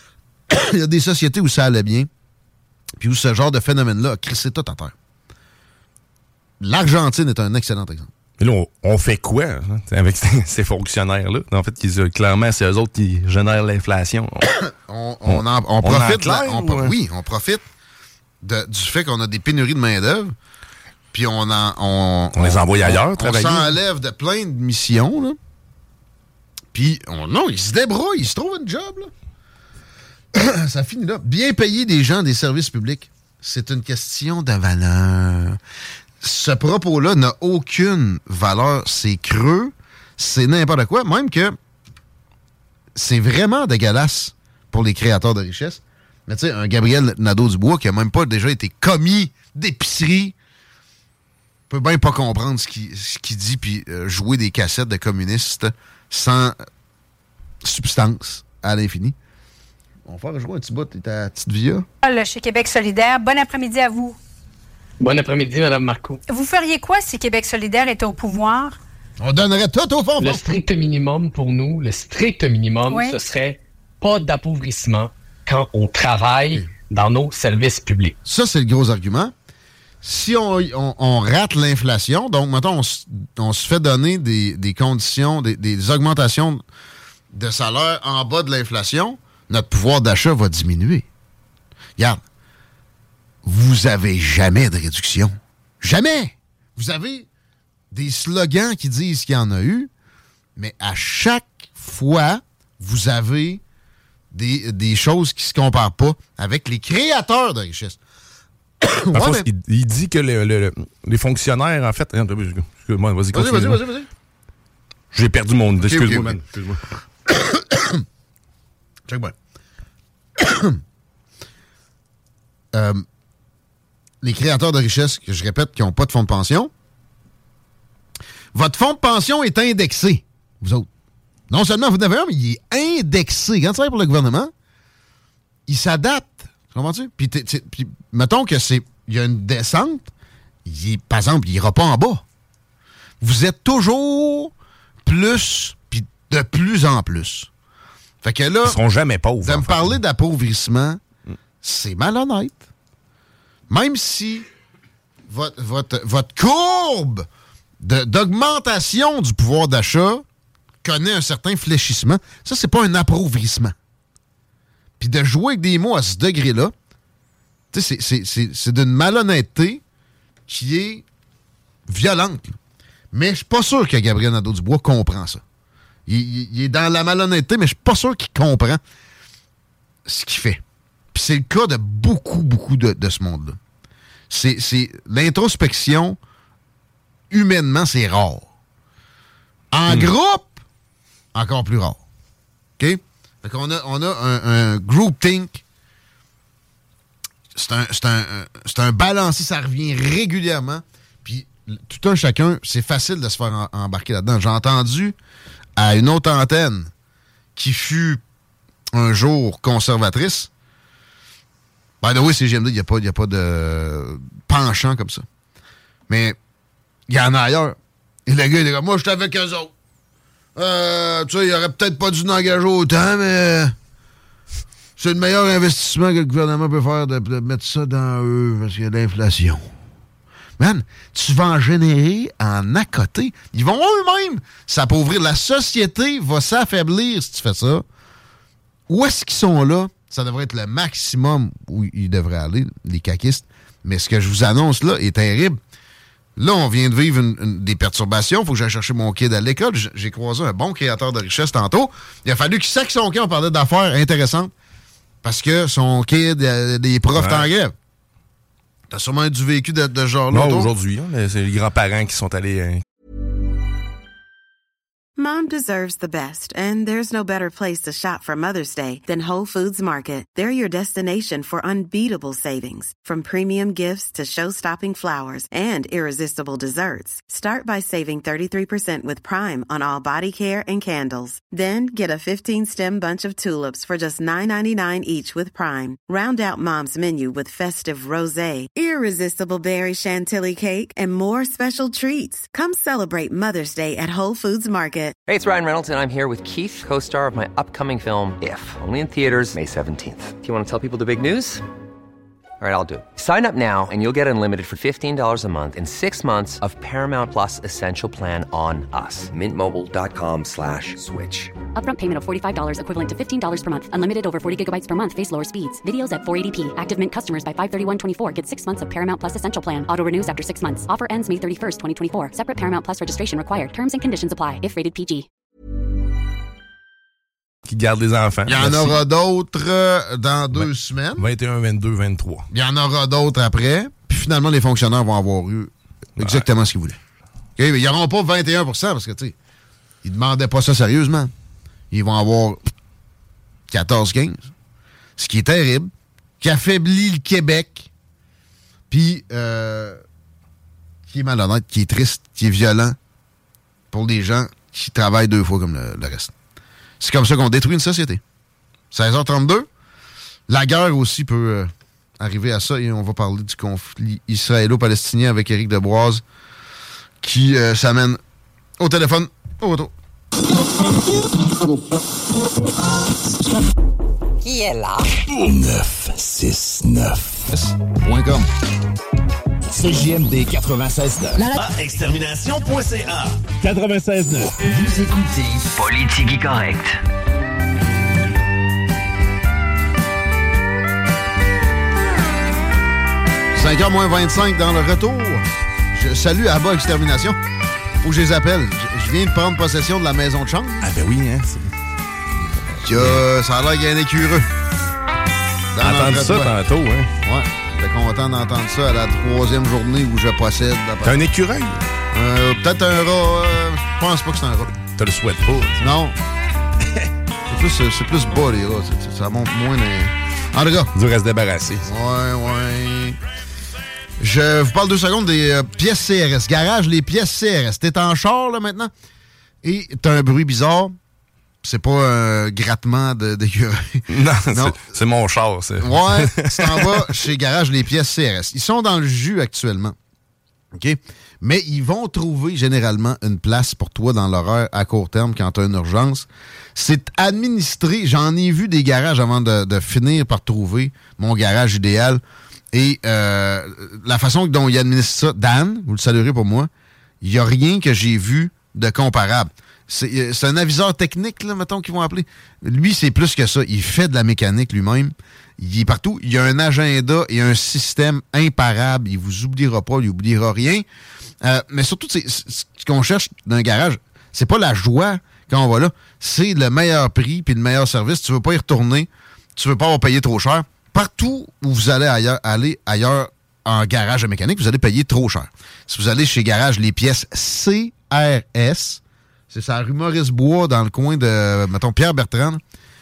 Il y a des sociétés où ça allait bien, puis où ce genre de phénomène-là a crissé tout à terre. L'Argentine est un excellent exemple. Mais là, on, on fait quoi hein, avec ces, ces fonctionnaires-là? En fait, ils, clairement, c'est eux autres qui génèrent l'inflation. on, on, en, on, on profite... Clair, on, ou... Oui, on profite de, du fait qu'on a des pénuries de main-d'œuvre, puis on, en, on, on les envoie ailleurs on, travailler. On s'enlève de plein de missions, là. Puis, on, non, ils se débrouillent, ils se trouvent un job, là. Ça finit là. Bien payer des gens des services publics, c'est une question de valeur. Ce propos-là n'a aucune valeur. C'est creux, c'est n'importe quoi. Même que c'est vraiment dégueulasse pour les créateurs de richesse. Mais tu sais, un Gabriel Nadeau-Dubois qui a même pas déjà été commis d'épicerie peut bien pas comprendre ce qu'il, ce qu'il dit puis euh, jouer des cassettes de communistes sans substance à l'infini. On va faire jouer un petit bout de ta petite via. Chez Québec solidaire. Bon après-midi à vous. Bon après-midi, Mme Marcoux. Vous feriez quoi si Québec solidaire était au pouvoir? On donnerait tout au fond. Le strict minimum pour nous, le strict minimum, oui. Ce serait pas d'appauvrissement quand on travaille oui. dans nos services publics. Ça, c'est le gros argument. Si on, on, on rate l'inflation, donc, mettons, on, on se fait donner des, des conditions, des, des augmentations de salaire en bas de l'inflation, notre pouvoir d'achat va diminuer. Regarde, vous avez jamais de réduction. Jamais! Vous avez des slogans qui disent qu'il y en a eu, mais à chaque fois, vous avez des, des choses qui ne se comparent pas avec les créateurs de richesse. Ouais, mais... il, il dit que le, le, le, les fonctionnaires, en fait... Excuse-moi, vas-y, continue. Vas-y, vas-y, vas-y. J'ai perdu mon... Okay, excuse-moi, okay, man. Excuse-moi. Check-moi. euh, les créateurs de richesse, que je répète, qui n'ont pas de fonds de pension, votre fonds de pension est indexé, vous autres. Non seulement vous en avez un, mais il est indexé. Quand tu travailles pour le gouvernement, il s'adapte. Comprends-tu? Puis, puis mettons que c'est il y a une descente, il, par exemple, il n'ira pas en bas. Vous êtes toujours plus, puis de plus en plus. Fait que là, ils seront jamais pauvres. De me parler d'appauvrissement, mm. c'est malhonnête. Même si votre, votre, votre courbe de, d'augmentation du pouvoir d'achat connaît un certain fléchissement, ça, c'est pas un appauvrissement. Puis de jouer avec des mots à ce degré-là, c'est, c'est, c'est, c'est d'une malhonnêteté qui est violente. Là. Mais je suis pas sûr que Gabriel Nadeau-Dubois comprend ça. Il, il, il est dans la malhonnêteté, mais je suis pas sûr qu'il comprend ce qu'il fait. Puis c'est le cas de beaucoup, beaucoup de, de ce monde-là. C'est, c'est l'introspection, humainement, c'est rare. En mmh. groupe, encore plus rare. OK? Fait qu'on a, on a un, un groupthink. C'est un, c'est un, c'est un balancier, ça revient régulièrement. Puis tout un chacun, c'est facile de se faire en, embarquer là-dedans. J'ai entendu à une autre antenne qui fut un jour conservatrice. By the way, c'est G M D, il n'y a pas, y a pas de penchant comme ça. Mais il y en a ailleurs. Et le gars, il est comme, moi, je suis avec eux autres. Euh, tu sais, il aurait peut-être pas dû n'engager autant, mais c'est le meilleur investissement que le gouvernement peut faire de, de mettre ça dans eux parce qu'il y a de l'inflation. Man, tu vas en générer en à côté. Ils vont eux-mêmes s'appauvrir. La société va s'affaiblir si tu fais ça. Où est-ce qu'ils sont là? Ça devrait être le maximum où ils devraient aller, les caquistes. Mais ce que je vous annonce là est terrible. Là, on vient de vivre une, une, des perturbations. Il faut que j'aille chercher mon kid à l'école. J'ai croisé un bon créateur de richesse tantôt. Il a fallu qu'il saque son kid. On parlait d'affaires intéressantes. Parce que son kid, a des profs ouais. en grève. T'as sûrement du vécu de, de ce genre-là. Non, aujourd'hui, hein, c'est les grands-parents qui sont allés... Hein. Mom deserves the best, and there's no better place to shop for Mother's Day than Whole Foods Market. They're your destination for unbeatable savings, from premium gifts to show-stopping flowers and irresistible desserts. Start by saving thirty-three percent with Prime on all body care and candles. Then get a fifteen-stem bunch of tulips for just nine ninety-nine each with Prime. Round out Mom's menu with festive rosé, irresistible berry chantilly cake, and more special treats. Come celebrate Mother's Day at Whole Foods Market. Hey, it's Ryan Reynolds, and I'm here with Keith, co-star of my upcoming film, If, only in theaters May seventeenth. Do you want to tell people the big news? All right, I'll do it. Sign up now and you'll get unlimited for fifteen dollars a month and six months of Paramount Plus Essential Plan on us. Mint Mobile dot com slash switch. Upfront payment of forty-five dollars equivalent to fifteen dollars per month. Unlimited over forty gigabytes per month. Face lower speeds. Videos at four eighty p. Active Mint customers by five thirty-one twenty-four get six months of Paramount Plus Essential Plan. Auto renews after six months. Offer ends May thirty-first, twenty twenty-four. Separate Paramount Plus registration required. Terms and conditions apply if rated P G. Qui garde les enfants. Il y en Merci. aura d'autres euh, dans deux ben, semaines. vingt et un, vingt-deux, vingt-trois. Il y en aura d'autres après. Puis finalement, les fonctionnaires vont avoir eu exactement ouais. ce qu'ils voulaient. Okay? Ils n'auront pas vingt et un pour cent parce que, tu sais, ils ne demandaient pas ça sérieusement. Ils vont avoir quatorze quinze. Ce qui est terrible. Qui affaiblit le Québec. Puis, euh, qui est malhonnête, qui est triste, qui est violent pour les gens qui travaillent deux fois comme le, le reste. C'est comme ça qu'on détruit une société. seize heures trente-deux. La guerre aussi peut euh, arriver à ça. Et on va parler du conflit israélo-palestinien avec Éric Deboise qui euh, s'amène au téléphone au retour. Qui est là? neuf six neuf point com C J M D quatre-vingt-seize neuf. Ah, extermination point C A quatre-vingt-seize neuf. Vous écoutez Politique correcte. cinq heures moins vingt-cinq dans le retour. Je salue Abba Extermination. Faut que je les appelle. Je, je viens de prendre possession de la maison de chambre. Ah ben oui, hein. Que, euh, ça a l'air qu'il y a un écureux. Entendu ça tantôt, hein. Ouais. J'étais content d'entendre ça à la troisième journée où je possède. T'as un écureuil? Euh, peut-être un rat. Euh, je pense pas que c'est un rat. T'as le souhait pas? T'sais. Non. c'est, plus, c'est plus bas, les rats. C'est, ça monte moins dans... En tout cas. Dur à se débarrasser. Ouais, ouais. Je vous parle deux secondes des euh, pièces C R S. Garage, les pièces C R S. T'es en char, là, maintenant, et t'as un bruit bizarre. C'est pas un grattement de, d'écureuil. Non, non. C'est, c'est mon char, c'est. Ouais, tu t'en vas chez Garage les pièces C R S. Ils sont dans le jus actuellement. OK? Mais ils vont trouver généralement une place pour toi dans l'horaire à court terme quand tu as une urgence. C'est administré. J'en ai vu des garages avant de, de finir par trouver mon garage idéal. Et euh, la façon dont ils administrent ça, Dan, vous le saluerez pour moi, il n'y a rien que j'ai vu de comparable. C'est, c'est un aviseur technique, là, mettons, qu'ils vont appeler. Lui, c'est plus que ça. Il fait de la mécanique lui-même. Il est partout. Il a un agenda et un système imparable. Il vous oubliera pas, il oubliera rien. Euh, mais surtout, c'est, c'est, ce qu'on cherche d'un garage, c'est pas la joie quand on va là. C'est le meilleur prix puis le meilleur service. Tu veux pas y retourner. Tu veux pas avoir payé trop cher. Partout où vous allez ailleurs, aller ailleurs en garage à mécanique, vous allez payer trop cher. Si vous allez chez Garage les pièces C R S, c'est ça, rue Maurice-Bois, dans le coin de, mettons, Pierre-Bertrand.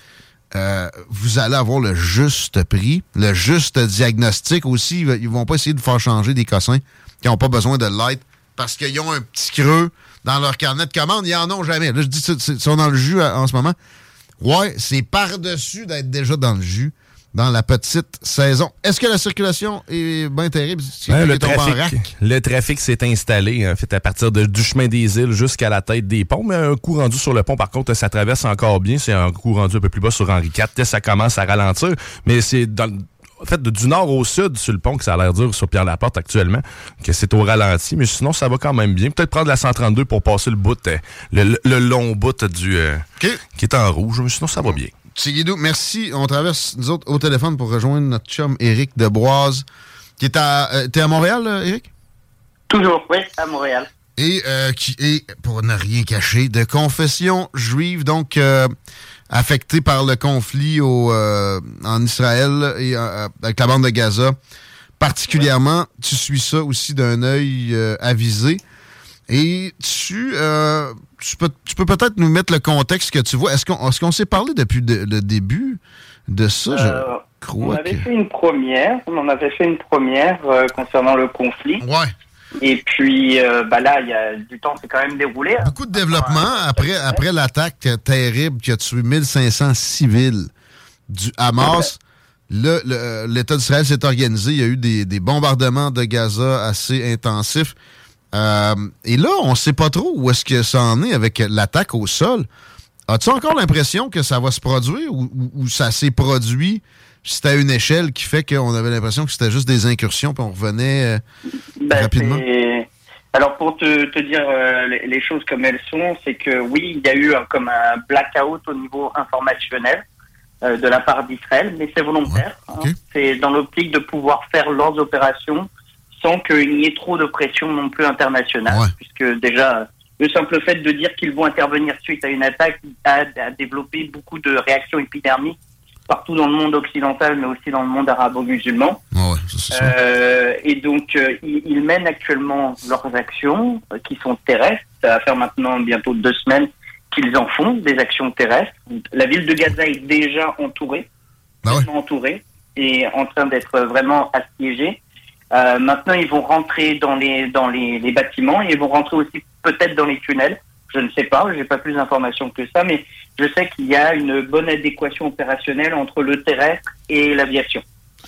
Euh, vous allez avoir le juste prix, le juste diagnostic aussi. Ils vont pas essayer de faire changer des cossins qui n'ont pas besoin de l'aide parce qu'ils ont un petit creux dans leur carnet de commande. Ils en ont jamais. Là, je dis qu'ils sont dans le jus en ce moment. Ouais, c'est par-dessus d'être déjà dans le jus dans la petite saison. Est-ce que la circulation est bien terrible? Ouais, le, trafic, le trafic s'est installé en fait, à partir de, du chemin des îles jusqu'à la tête des ponts. Mais un coup rendu sur le pont, par contre, ça traverse encore bien. C'est un coup rendu un peu plus bas sur Henri quatre. Ça commence à ralentir. Mais c'est dans en fait, du nord au sud, sur le pont, que ça a l'air dur sur Pierre-Laporte actuellement, que c'est au ralenti. Mais sinon, ça va quand même bien. Peut-être prendre la cent trente-deux pour passer le bout, le, le, le long bout du euh, okay. qui est en rouge. Mais sinon, ça va bien. C'est Guido, merci. On traverse, nous autres, au téléphone pour rejoindre notre chum Éric Deboise, qui est à... Euh, t'es à Montréal, là, Éric? Toujours, oui, à Montréal. Et euh, qui est, pour ne rien cacher, de confession juive, donc euh, affecté par le conflit au, euh, en Israël et euh, avec la bande de Gaza. Particulièrement, ouais. Tu suis ça aussi d'un œil euh, avisé. Et tu, euh, tu peux, tu peux peut-être nous mettre le contexte que tu vois. Est-ce qu'on, est-ce qu'on s'est parlé depuis de, le début de ça? Euh, je crois on avait que... fait une première. On en avait fait une première euh, concernant le conflit. Ouais. Et puis, euh, bah là, il y a du temps, c'est quand même déroulé. Beaucoup de développement après, après l'attaque terrible qui a tué mille cinq cents civils du Hamas. Là, le, l'État d'Israël s'est organisé. Il y a eu des, des bombardements de Gaza assez intensifs. Euh, et là, on ne sait pas trop où est-ce que ça en est avec l'attaque au sol. As-tu encore l'impression que ça va se produire ou, ou, ou ça s'est produit c'était à une échelle qui fait qu'on avait l'impression que c'était juste des incursions puis on revenait euh, ben, rapidement. C'est... Alors, pour te, te dire euh, les, les choses comme elles sont, c'est que oui, il y a eu un, comme un blackout au niveau informationnel euh, de la part d'Israël, mais c'est volontaire. Ouais, okay. hein. C'est dans l'optique de pouvoir faire leurs opérations sans qu'il n'y ait trop de pression non plus internationale, ouais. puisque déjà, le simple fait de dire qu'ils vont intervenir suite à une attaque a, a développé beaucoup de réactions épidermiques partout dans le monde occidental, mais aussi dans le monde arabo-musulman. Oh ouais, c'est ça. Euh, et donc, euh, ils, ils mènent actuellement leurs actions, euh, qui sont terrestres. Ça va faire maintenant bientôt deux semaines qu'ils en font, des actions terrestres. La ville de Gaza est déjà entourée, ah ouais. entourée, et en train d'être vraiment assiégée. Euh, maintenant, ils vont rentrer dans les dans les, les bâtiments, et ils vont rentrer aussi peut-être dans les tunnels. Je ne sais pas, j'ai pas plus d'informations que ça, mais je sais qu'il y a une bonne adéquation opérationnelle entre le terrestre et l'aviation.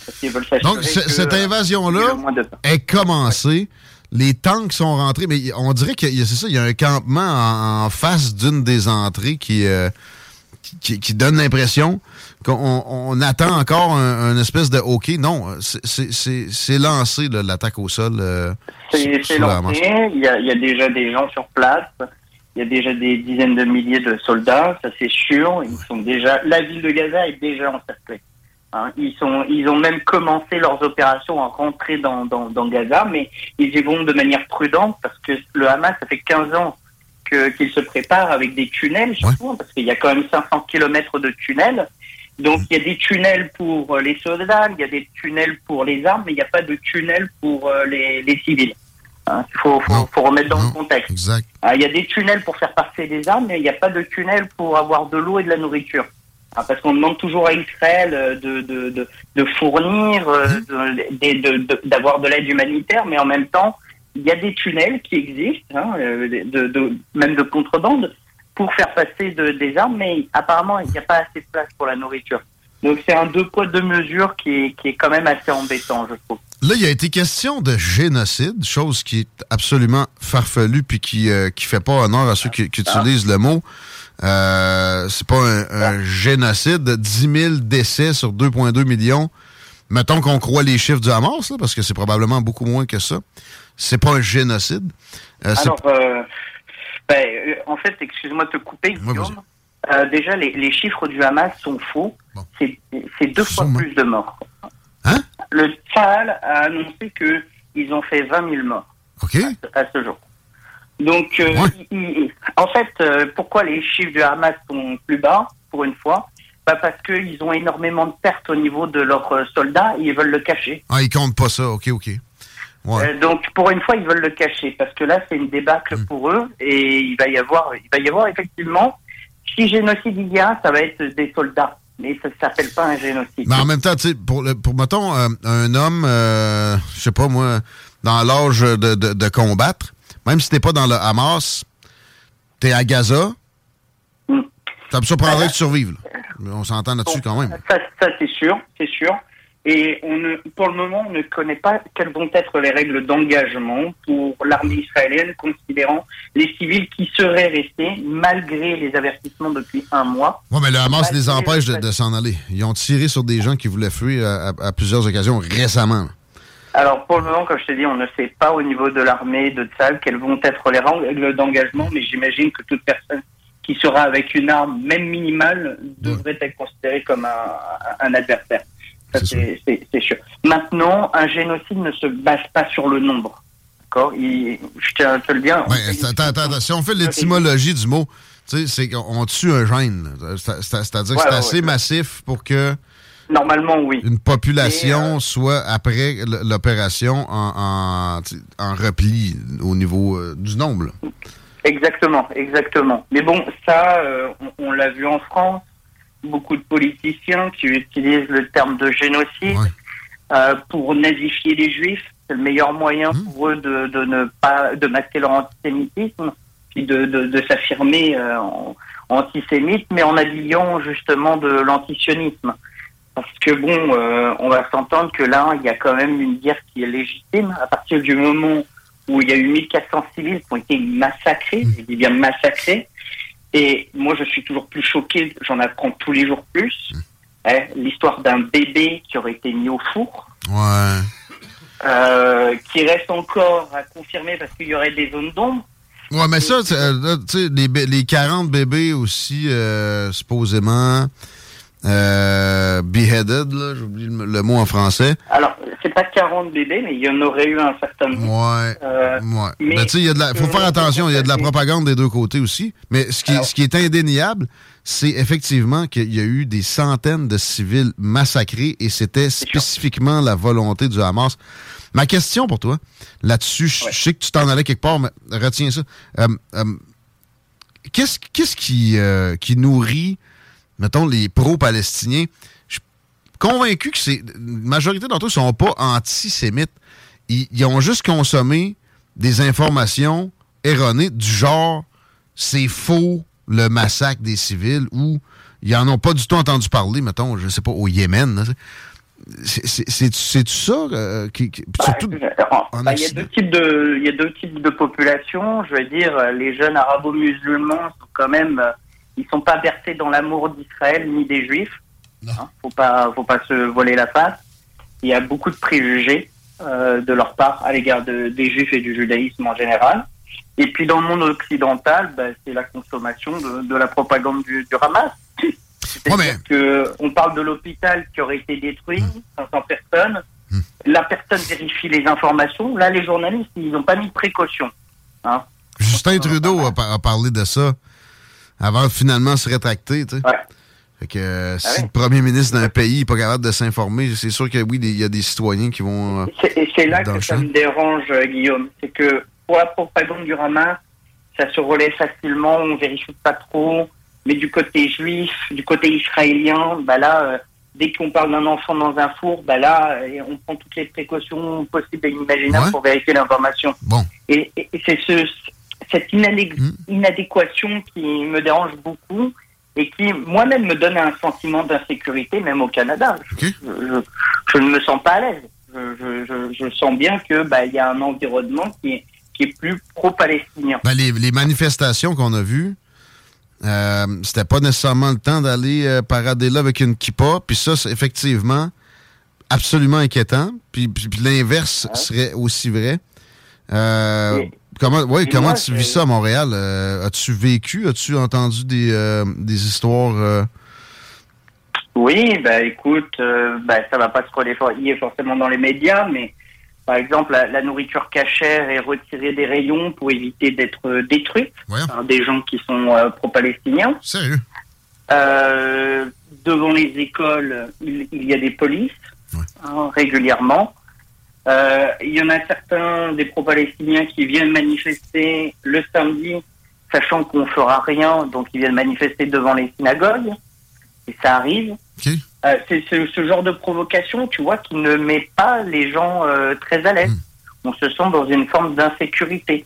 Donc, c- cette invasion-là est commencée. Les tanks sont rentrés, mais on dirait que c'est ça, il y a un campement en, en face d'une des entrées qui, euh, qui, qui donne l'impression qu'on on attend encore un, un espèce de OK. Non, c'est, c'est, c'est, c'est lancé, là, l'attaque au sol. Euh, c'est c'est lancé, il y, a, il y a déjà des gens sur place. Il y a déjà des dizaines de milliers de soldats, ça c'est sûr. Ils sont déjà, la ville de Gaza est déjà encerclée. Hein, ils sont, ils ont même commencé leurs opérations à rentrer dans, dans, dans Gaza, mais ils y vont de manière prudente parce que le Hamas, ça fait quinze ans que, qu'il se prépare avec des tunnels, surtout, ouais. parce qu'il y a quand même cinq cents kilomètres de tunnels. Donc il y a des tunnels pour les soldats, il y a des tunnels pour les armes, mais il n'y a pas de tunnels pour euh, les, les civils. Il hein, faut, faut, faut remettre dans non, le contexte. Exact. Il y a des tunnels pour faire passer des armes, mais il n'y a pas de tunnels pour avoir de l'eau et de la nourriture. Hein, parce qu'on demande toujours à Israël de, de, de, de fournir, mmh. de, de, de, d'avoir de l'aide humanitaire, mais en même temps, il y a des tunnels qui existent, hein, de, de, même de contrebande, pour faire passer de, des armes, mais apparemment, il n'y a pas assez de place pour la nourriture. Donc c'est un deux poids, deux mesures qui est, qui est quand même assez embêtant, je trouve. Là, il y a été question de génocide, chose qui est absolument farfelue puis qui euh, qui fait pas honneur à ceux qui, qui utilisent ah. le mot. Euh, c'est pas un, un ah. génocide. dix mille décès sur deux virgule deux millions. Mettons qu'on croit les chiffres du Hamas, là, parce que c'est probablement beaucoup moins que ça. C'est pas un génocide. Euh, Alors, euh, ben, en fait, excuse-moi de te couper, Guillaume. Euh, déjà, les, les chiffres du Hamas sont faux. Bon. C'est, c'est deux fois Sûrement. plus de morts. Hein? Le Tsahal a annoncé qu'ils ont fait vingt mille morts okay. à, à ce jour. Donc, euh, ouais. il, il, en fait, euh, pourquoi les chiffres du Hamas sont plus bas, pour une fois? Bah parce qu'ils ont énormément de pertes au niveau de leurs euh, soldats et ils veulent le cacher. Ah, ils comptent pas ça, ok, ok. Ouais. Euh, donc, pour une fois, ils veulent le cacher parce que là, c'est une débâcle mmh. pour eux et il va y avoir, il va y avoir effectivement, si génocide il y a, ça va être des soldats. Mais ça ne s'appelle pas un génocide. Mais en même temps, tu sais, pour, le, pour mettons, euh, un homme, euh, je sais pas moi, dans l'âge de, de, de combattre, même si t'es pas dans le Hamas, t'es à Gaza, mm. ça me surprendrait que tu survives. Là. On s'entend là-dessus bon, quand même. Ça, ça c'est sûr, c'est sûr. Et on ne, pour le moment, on ne connaît pas quelles vont être les règles d'engagement pour l'armée israélienne, considérant les civils qui seraient restés malgré les avertissements depuis un mois. Oui, mais le Hamas les empêche de, de s'en aller. Ils ont tiré sur des gens qui voulaient fuir à, à, à plusieurs occasions récemment. Alors, pour le moment, comme je te dis, on ne sait pas au niveau de l'armée de Tsahal quelles vont être les règles d'engagement, mais j'imagine que toute personne qui sera avec une arme, même minimale, devrait ouais. être considérée comme un, un adversaire. Ça, c'est, c'est, c'est, c'est sûr. Maintenant, un génocide ne se base pas sur le nombre. D'accord? Il, je tiens à te le dire. Ouais, attends, attends, attends. Si on fait l'étymologie du mot, tu sais, c'est qu'on tue un gène. C'est, c'est, c'est-à-dire ouais, que c'est ouais, assez ouais. massif pour que... Normalement, oui. Une population euh... soit, après l'opération, en, en, en repli au niveau euh, du nombre. Là. Exactement, exactement. Mais bon, ça, euh, on, on l'a vu en France. Beaucoup de politiciens qui utilisent le terme de génocide ouais. euh, pour nazifier les Juifs. C'est le meilleur moyen mmh. pour eux de, de ne pas de masquer leur antisémitisme, puis de, de, de s'affirmer euh, en, antisémite, mais en habillant justement de l'antisionisme. Parce que bon, euh, on va s'entendre que là, il y a quand même une guerre qui est légitime à partir du moment où il y a eu mille quatre cents civils qui ont été massacrés, mmh. je dis bien massacrés. Et moi, je suis toujours plus choqué, j'en apprends tous les jours plus, hein, l'histoire d'un bébé qui aurait été mis au four. Ouais. Euh, qui reste encore à confirmer parce qu'il y aurait des zones d'ombre. Ouais, mais ça, tu sais, les, les quarante bébés aussi, euh, supposément, euh, beheaded, là, j'oublie le, le mot en français. Alors, c'est pas quarante bébés, mais il y en aurait eu un certain nombre. Ouais. Euh, ouais. Mais ben, tu sais, il y a de la, faut faire attention, il y a de la propagande des deux côtés aussi. Mais ce qui, Alors, ce qui est indéniable, c'est effectivement qu'il y a eu des centaines de civils massacrés et c'était spécifiquement la volonté du Hamas. Ma question pour toi, là-dessus, je ouais. sais que tu t'en allais quelque part, mais retiens ça. Euh, euh, qu'est-ce, qu'est-ce qui, euh, qui nourrit, mettons, les pro-palestiniens? Je suis convaincu que c'est. La majorité d'entre eux ne sont pas antisémites. Ils, ils ont juste consommé des informations erronées du genre c'est faux le massacre des civils ou ils n'en ont pas du tout entendu parler, mettons, je sais pas, au Yémen. Là, C'est, c'est, c'est, c'est ça euh, qui, qui surtout bah, en bah, il y a deux types de il y a deux types de populations. Je veux dire, les jeunes arabo-musulmans sont quand même euh, ils sont pas bercés dans l'amour d'Israël ni des Juifs. Hein, faut pas faut pas se voiler la face. Il y a beaucoup de préjugés euh, de leur part à l'égard de, des Juifs et du judaïsme en général. Et puis dans le monde occidental, bah, c'est la consommation de, de la propagande du, du Hamas. C'est-à-dire ouais, mais... que on parle de l'hôpital qui aurait été détruit, mmh. cinq cents personnes. Mmh. La personne vérifie les informations. Là, les journalistes, ils n'ont pas mis de précaution. Hein? Justin Trudeau a, a parlé de ça avant de finalement se rétracter. Tu sais. Ouais. Fait que euh, ah si ouais. le premier ministre d'un pays n'est pas capable de s'informer, c'est sûr que oui, il y a des citoyens qui vont. Euh, c'est, et c'est là que ça me dérange, euh, Guillaume. C'est que pour la propagande du Hamas, ça se relaie facilement, on vérifie pas trop. Mais du côté juif, du côté israélien, bah là, euh, dès qu'on parle d'un enfant dans un four, bah là, euh, on prend toutes les précautions possibles et imaginables ouais. pour vérifier l'information. Bon. Et, et, et c'est ce, cette inadé- mmh. inadéquation qui me dérange beaucoup et qui, moi-même, me donne un sentiment d'insécurité, même au Canada. Okay. Je, je, je ne me sens pas à l'aise. Je, je, je, je sens bien que bah, y a un environnement qui est, qui est plus pro-palestinien. Ben, les, les manifestations qu'on a vues, Euh, c'était pas nécessairement le temps d'aller euh, parader là avec une kippa, puis ça, c'est effectivement absolument inquiétant. Puis, puis, puis l'inverse ouais. serait aussi vrai. Euh, et, comment ouais, comment moi, tu vis ça à Montréal? Euh, as-tu vécu? As-tu entendu des, euh, des histoires? Euh... Oui, ben écoute, euh, ben, ça va pas se relayer forcément dans les médias, mais par exemple, la, la nourriture cachère est retirée des rayons pour éviter d'être euh, détruite ouais. par des gens qui sont euh, pro-palestiniens. Sérieux? Euh, devant les écoles, il, il y a des polices ouais. hein, régulièrement. Euh, il y en a certains des pro-palestiniens qui viennent manifester le samedi, sachant qu'on fera rien, donc ils viennent manifester devant les synagogues. Et ça arrive. Okay. Euh, c'est ce, ce genre de provocation, tu vois, qui ne met pas les gens euh, très à l'aise. Mmh. On se sent dans une forme d'insécurité.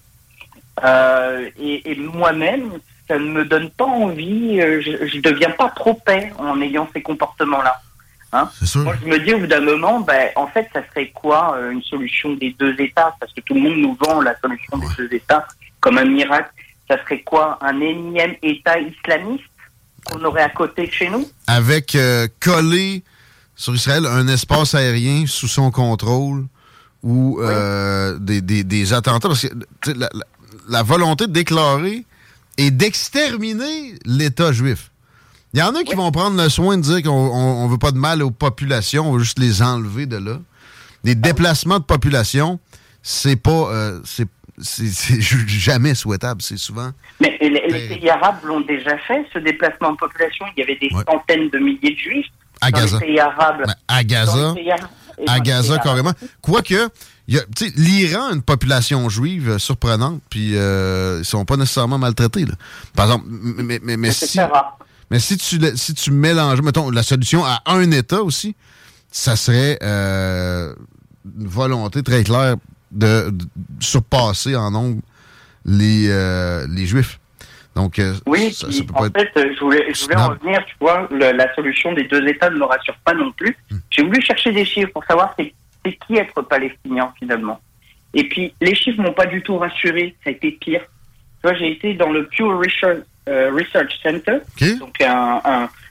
Euh, et, et moi-même, ça ne me donne pas envie, euh, je ne deviens pas trop paix en ayant ces comportements-là. Hein? Moi, je me dis au bout d'un moment, ben, en fait, ça serait quoi euh, une solution des deux États? Parce que tout le monde nous vend la solution des deux États comme un miracle. Ça serait quoi? Un énième État islamiste qu'on aurait à côté de chez nous? Avec euh, collé sur Israël un espace aérien sous son contrôle ou euh, oui. des, des, des attentats. Parce que la, la, la volonté de déclarer et d'exterminer l'État juif. Il y en a qui oui. vont prendre le soin de dire qu'on ne veut pas de mal aux populations, on veut juste les enlever de là. Les déplacements de population, c'est pas... Euh, c'est C'est, c'est jamais souhaitable, c'est souvent... Mais les, les pays arabes l'ont déjà fait, ce déplacement de population. Il y avait des ouais. centaines de milliers de juifs à dans Gaza. les pays arabes. Ben, à Gaza, pays arabes, à Gaza carrément. Quoique, y a, l'Iran a une population juive surprenante, puis euh, ils sont pas nécessairement maltraités. Là. Par exemple, mais, mais, mais, si, mais si, tu, si tu mélanges, mettons, la solution à un État aussi, ça serait euh, une volonté très claire De, de surpasser en nombre les, euh, les Juifs. Donc, euh, oui, ça, puis, ça peut en pas fait, être je voulais, je voulais en revenir, tu vois, le, la solution des deux États ne me rassure pas non plus. Hum. J'ai voulu chercher des chiffres pour savoir c'est, c'est qui être palestinien, finalement. Et puis, les chiffres m'ont pas du tout rassuré, ça a été pire. Tu vois, j'ai été dans le Pew Research, euh, Research Center, okay. donc un, un,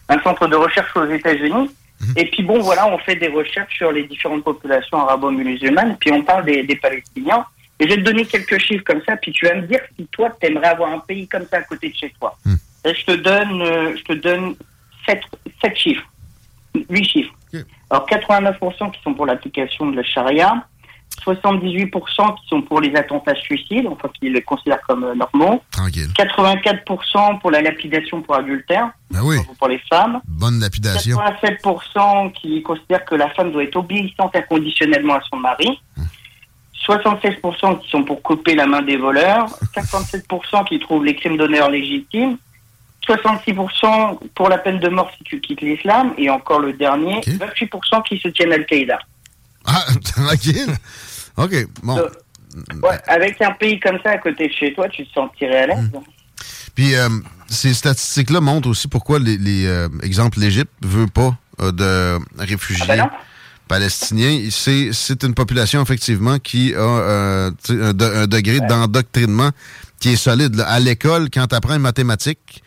un centre de recherche aux États-Unis. Mmh. Et puis bon, voilà, on fait des recherches sur les différentes populations arabo-musulmanes, puis on parle des, des Palestiniens. Et je vais te donner quelques chiffres comme ça, puis tu vas me dire si toi, tu aimerais avoir un pays comme ça à côté de chez toi. Mmh. Et je te donne, euh, je te donne sept, sept chiffres, huit chiffres. Mmh. Alors, quatre-vingt-neuf pour cent qui sont pour l'application de la charia, soixante-dix-huit pour cent qui sont pour les attentats suicides, enfin qui les considèrent comme euh, normaux. Tranquille. quatre-vingt-quatre pour cent pour la lapidation pour adultère, ben oui. pour les femmes. Bonne lapidation. quatre-vingt-sept pour cent qui considèrent que la femme doit être obéissante inconditionnellement à son mari. Hum. soixante-seize pour cent qui sont pour couper la main des voleurs. cinquante-sept pour cent qui trouvent les crimes d'honneur légitimes. soixante-six pour cent pour la peine de mort si tu quittes l'islam. Et encore le dernier, okay. vingt-huit pour cent qui soutiennent Al-Qaïda. Ah, tranquille. OK, bon. Donc, ouais, avec un pays comme ça à côté de chez toi, tu te sentirais à l'aise. Mmh. Puis, euh, ces statistiques-là montrent aussi pourquoi, les, les euh, exemple, l'Égypte ne veut pas euh, de réfugiés ah ben palestiniens. C'est, c'est une population, effectivement, qui a euh, un, de, un degré ouais. d'endoctrinement qui est solide. Là. À l'école, quand tu apprends les mathématiques,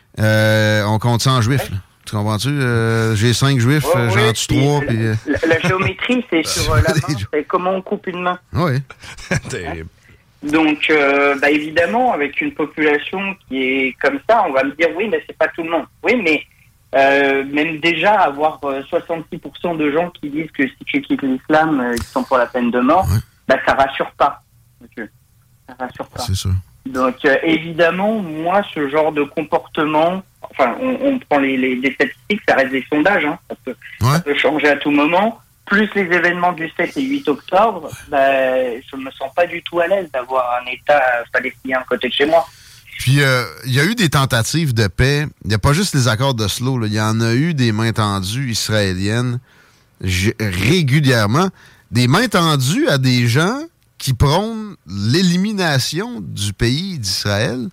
euh, on compte ça en juifs. Ouais. Tu comprends-tu? Euh, j'ai cinq juifs, oh, j'en oui, tue trois. Puis, euh... la, la géométrie, c'est sur euh, la main. C'est comment on coupe une main. Oui. Terrible. Donc, euh, bah, évidemment, avec une population qui est comme ça, on va me dire, oui, mais c'est pas tout le monde. Oui, mais euh, même déjà, avoir euh, soixante-six pour cent de gens qui disent que si tu quittes l'islam, euh, ils sont pour la peine de mort, ouais. bah, ça rassure pas. Monsieur. Ça rassure pas. C'est ça. Donc, euh, évidemment, moi, ce genre de comportement... Enfin, on, on prend les, les, les statistiques, ça reste des sondages, hein, ça, peut, ouais. ça peut changer à tout moment. Plus les événements du sept et huit octobre, ben, je ne me sens pas du tout à l'aise d'avoir un État palestinien à côté de chez moi. Puis, il euh, y a eu des tentatives de paix. Il n'y a pas juste les accords d'Oslo. Il y en a eu des mains tendues israéliennes j- régulièrement. Des mains tendues à des gens qui prônent l'élimination du pays d'Israël.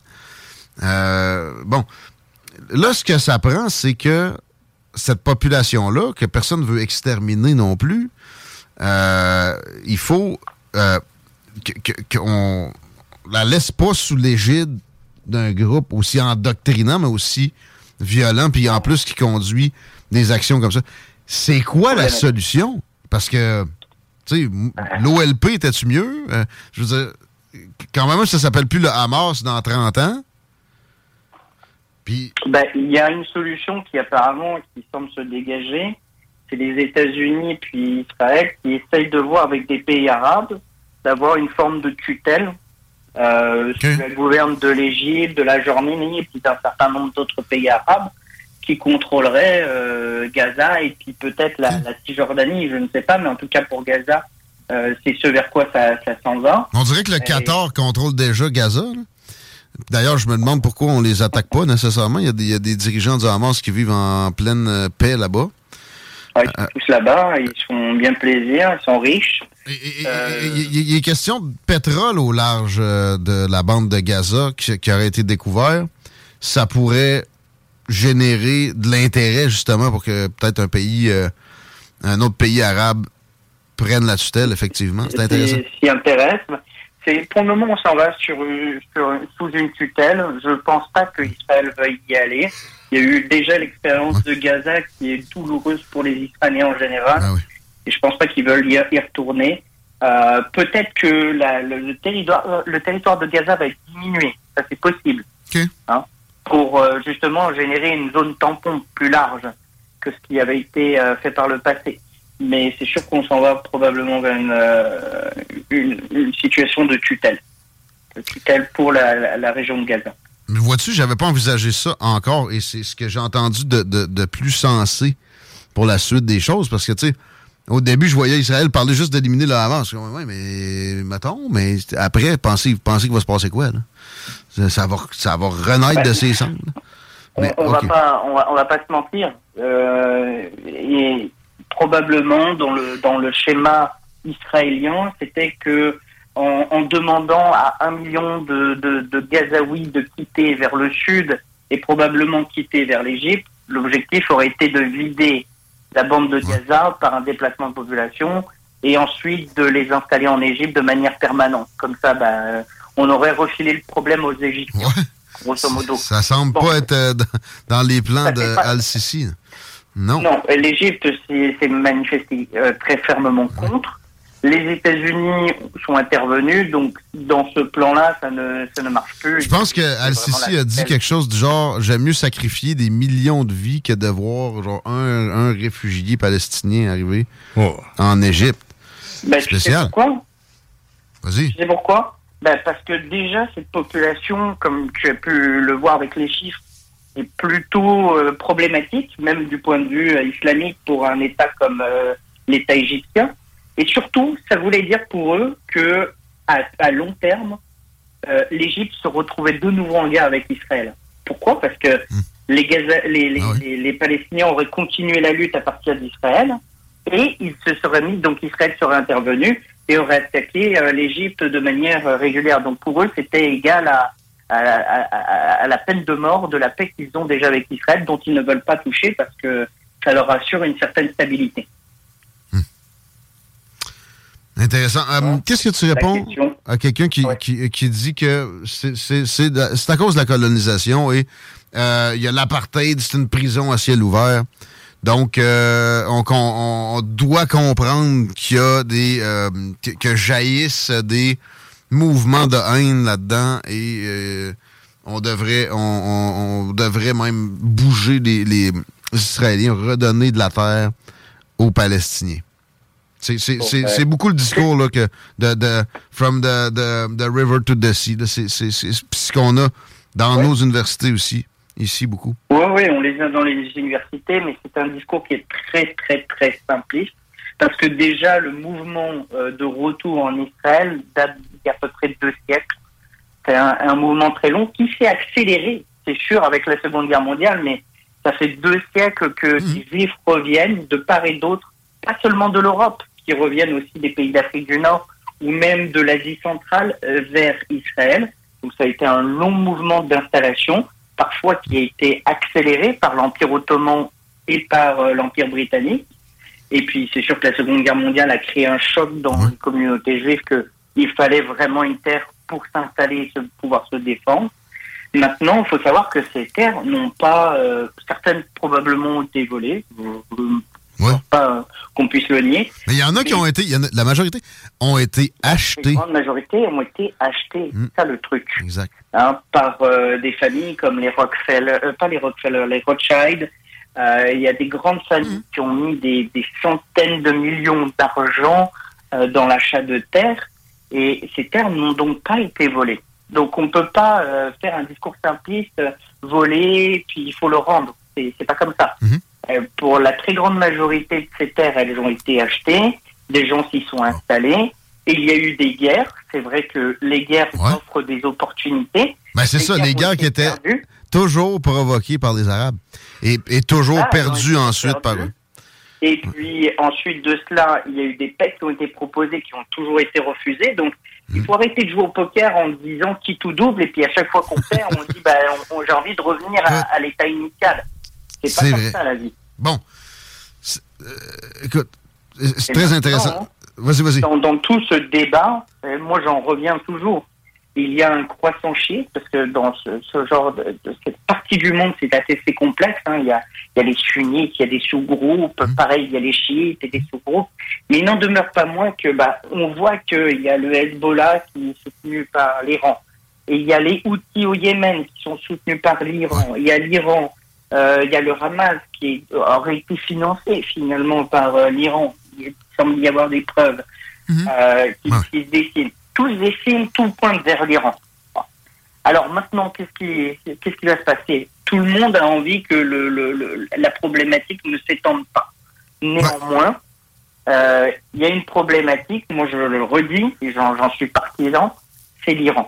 Euh, bon... Là, ce que ça prend, c'est que cette population-là, que personne ne veut exterminer non plus, euh, il faut euh, qu'on la laisse pas sous l'égide d'un groupe aussi endoctrinant, mais aussi violent, puis en plus qui conduit des actions comme ça. C'est quoi la solution? Parce que, tu sais, l'O L P, était-tu mieux? Euh, je veux dire, quand même, ça s'appelle plus le Hamas dans trente ans. Puis... Ben, il y a une solution qui apparemment qui semble se dégager, c'est les États-Unis puis Israël qui essayent de voir avec des pays arabes d'avoir une forme de tutelle euh, okay. sur la gouverne de l'Égypte, de la Jordanie et puis d'un certain nombre d'autres pays arabes qui contrôleraient euh, Gaza et puis peut-être la, la Cisjordanie, je ne sais pas, mais en tout cas pour Gaza, euh, c'est ce vers quoi ça, ça s'en va. On dirait que le Qatar et... contrôle déjà Gaza, là. D'ailleurs, je me demande pourquoi on les attaque pas nécessairement. Il y a des, il y a des dirigeants du Hamas qui vivent en pleine paix là-bas. Ouais, ils sont euh, tous là-bas, ils font bien plaisir, ils sont riches. Il et, euh... y, y, y est question de pétrole au large de la bande de Gaza qui, qui aurait été découvert. Ça pourrait générer de l'intérêt justement pour que peut-être un pays, euh, un autre pays arabe prenne la tutelle, effectivement. C'est intéressant. S'y intéresse. C'est, pour le moment, on s'en va sur, sur, sous une tutelle. Je ne pense pas qu'Israël veuille y aller. Il y a eu déjà l'expérience ouais. de Gaza qui est douloureuse pour les Israéliens en général. Ah oui. Et je ne pense pas qu'ils veulent y, y retourner. Euh, peut-être que la, le, le, territoire, le territoire de Gaza va être diminué. Ça, c'est possible. Okay. Hein, pour euh, justement générer une zone tampon plus large que ce qui avait été euh, fait par le passé. Mais c'est sûr qu'on s'en va probablement vers une, euh, une, une situation de tutelle. De tutelle pour la, la, la région de Gaza. Mais vois-tu, j'avais pas envisagé ça encore, et c'est ce que j'ai entendu de, de, de plus sensé pour la suite des choses, parce que, tu sais, au début, je voyais Israël parler juste d'éliminer le Hamas. Oui, mais, mettons, mais après, pensez, pensez qu'il va se passer quoi, là? Ça, ça, va, ça va renaître ben, de ses cendres. On, on, okay. va pas, on, va, on va pas se mentir. Euh, et... Probablement, dans le dans le schéma israélien, c'était que en, en demandant à un million de, de, de Gazaouis de quitter vers le sud et probablement quitter vers l'Égypte, l'objectif aurait été de vider la bande de Gaza par un déplacement de population et ensuite de les installer en Égypte de manière permanente. Comme ça, bah, on aurait refilé le problème aux Égyptiens. Ouais. grosso modo. Ça semble bon. pas être euh, dans les plans de pas... Al-Sisi. Non. Non, l'Égypte s'est, s'est manifestée euh, très fermement contre. Les États-Unis sont intervenus, donc dans ce plan-là, ça ne, ça ne marche plus. Je pense que Al-Sisi a dit quelque chose du genre « J'aime mieux sacrifier des millions de vies que de voir genre, un, un réfugié palestinien arriver oh. en Égypte. Ben, » Spécial. Tu sais pourquoi? Vas-y. Tu sais pourquoi? Ben, parce que déjà, cette population, comme tu as pu le voir avec les chiffres, est plutôt euh, problématique, même du point de vue euh, islamique pour un État comme euh, l'État égyptien. Et surtout, ça voulait dire pour eux que à, à long terme, euh, l'Égypte se retrouvait de nouveau en guerre avec Israël. Pourquoi? Parce que mmh. les, Gaza, les, les, ah oui. les, les Palestiniens auraient continué la lutte à partir d'Israël et ils se seraient mis, donc Israël serait intervenu et aurait attaqué euh, l'Égypte de manière euh, régulière. Donc pour eux, c'était égal à, à, à, à, à la peine de mort de la paix qu'ils ont déjà avec Israël, dont ils ne veulent pas toucher parce que ça leur assure une certaine stabilité. Intéressant. Euh, qu'est-ce que tu réponds à quelqu'un qui, ouais. qui, qui dit que c'est, c'est, c'est, de, c'est à cause de la colonisation et euh, il y a l'apartheid, c'est une prison à ciel ouvert. Donc, euh, on, on, on doit comprendre qu'il y a des... Euh, que, que jaillissent des mouvements de haine là-dedans et euh, on devrait on, on, on devrait même bouger les, les Israéliens, redonner de la terre aux Palestiniens. C'est, c'est, okay. c'est, c'est beaucoup le discours là, que de, de from the, the, the river to the sea. Là, c'est, c'est, c'est ce qu'on a dans ouais. nos universités aussi, ici beaucoup. Oui, oui, on les a dans les universités, mais c'est un discours qui est très, très, très simpliste. Parce que déjà, le mouvement euh, de retour en Israël date d'il y a à peu près deux siècles. C'est un, un mouvement très long qui s'est accéléré, c'est sûr, avec la Seconde Guerre mondiale, mais ça fait deux siècles que mmh. les Juifs reviennent de part et d'autre, pas seulement de l'Europe, qui reviennent aussi des pays d'Afrique du Nord ou même de l'Asie centrale euh, vers Israël. Donc ça a été un long mouvement d'installation, parfois qui a été accéléré par l'Empire ottoman et par euh, l'Empire britannique. Et puis c'est sûr que la Seconde Guerre mondiale a créé un choc dans mmh. les communautés juives qu'il fallait vraiment une terre pour s'installer et se, pouvoir se défendre. Maintenant, il faut savoir que ces terres n'ont pas, euh, certaines probablement ont été volées, euh, Ouais. pas euh, qu'on puisse le nier. Mais il y en a qui ont été, y en a, la majorité ont été achetées. La grande majorité ont été achetées, mmh. c'est ça le truc. Exact. Hein, par euh, des familles comme les Rockefeller, euh, pas les Rockefeller, les Rothschild. Il euh, y a des grandes familles mmh. qui ont mis des, des centaines de millions d'argent euh, dans l'achat de terres et ces terres n'ont donc pas été volées. Donc on ne peut pas euh, faire un discours simpliste, euh, voler, puis il faut le rendre. C'est, c'est pas comme ça. Mmh. Euh, pour la très grande majorité de ces terres, elles ont été achetées, des gens s'y sont installés, et il y a eu des guerres. C'est vrai que les guerres ouais. offrent des opportunités. Ben c'est les ça, guerres les guerres qui étaient perdues. Toujours provoquées par les Arabes, et, et toujours ah, perdues ensuite perdues. par eux. Et puis ensuite de cela, il y a eu des paix qui ont été proposées, qui ont toujours été refusées, donc mmh. il faut arrêter de jouer au poker en disant qui tout double, et puis à chaque fois qu'on perd, on dit bah, on, on, j'ai envie de revenir à, à l'état initial. C'est pas c'est comme vrai. ça, la vie. Bon. Euh, écoute, c'est, c'est très intéressant. Hein, vas-y, vas-y. Dans, dans tout ce débat, euh, moi, j'en reviens toujours. Il y a un croissant chiite, parce que dans ce, ce genre de, de cette partie du monde, c'est assez, assez complexe. Hein. Il y a, il y a les sunnites, il y a des sous-groupes. Mmh. Pareil, il y a les chiites et des sous-groupes. Mais il n'en demeure pas moins que, bah, on voit qu'il y a le Hezbollah qui est soutenu par l'Iran. Et il y a les Houthis au Yémen qui sont soutenus par l'Iran. Il y a l'Iran. Il euh, y a le Hamas qui aurait été financé finalement par euh, l'Iran. Il semble y avoir des preuves mmh. euh, qui, ouais. qui se dessinent. Tous dessinent, tout pointe vers l'Iran. Alors maintenant, qu'est-ce qui, qu'est-ce qui va se passer? Tout le monde a envie que le, le, le, la problématique ne s'étende pas. Néanmoins, il euh, y a une problématique, moi je le redis, et j'en, j'en suis partisan, c'est l'Iran.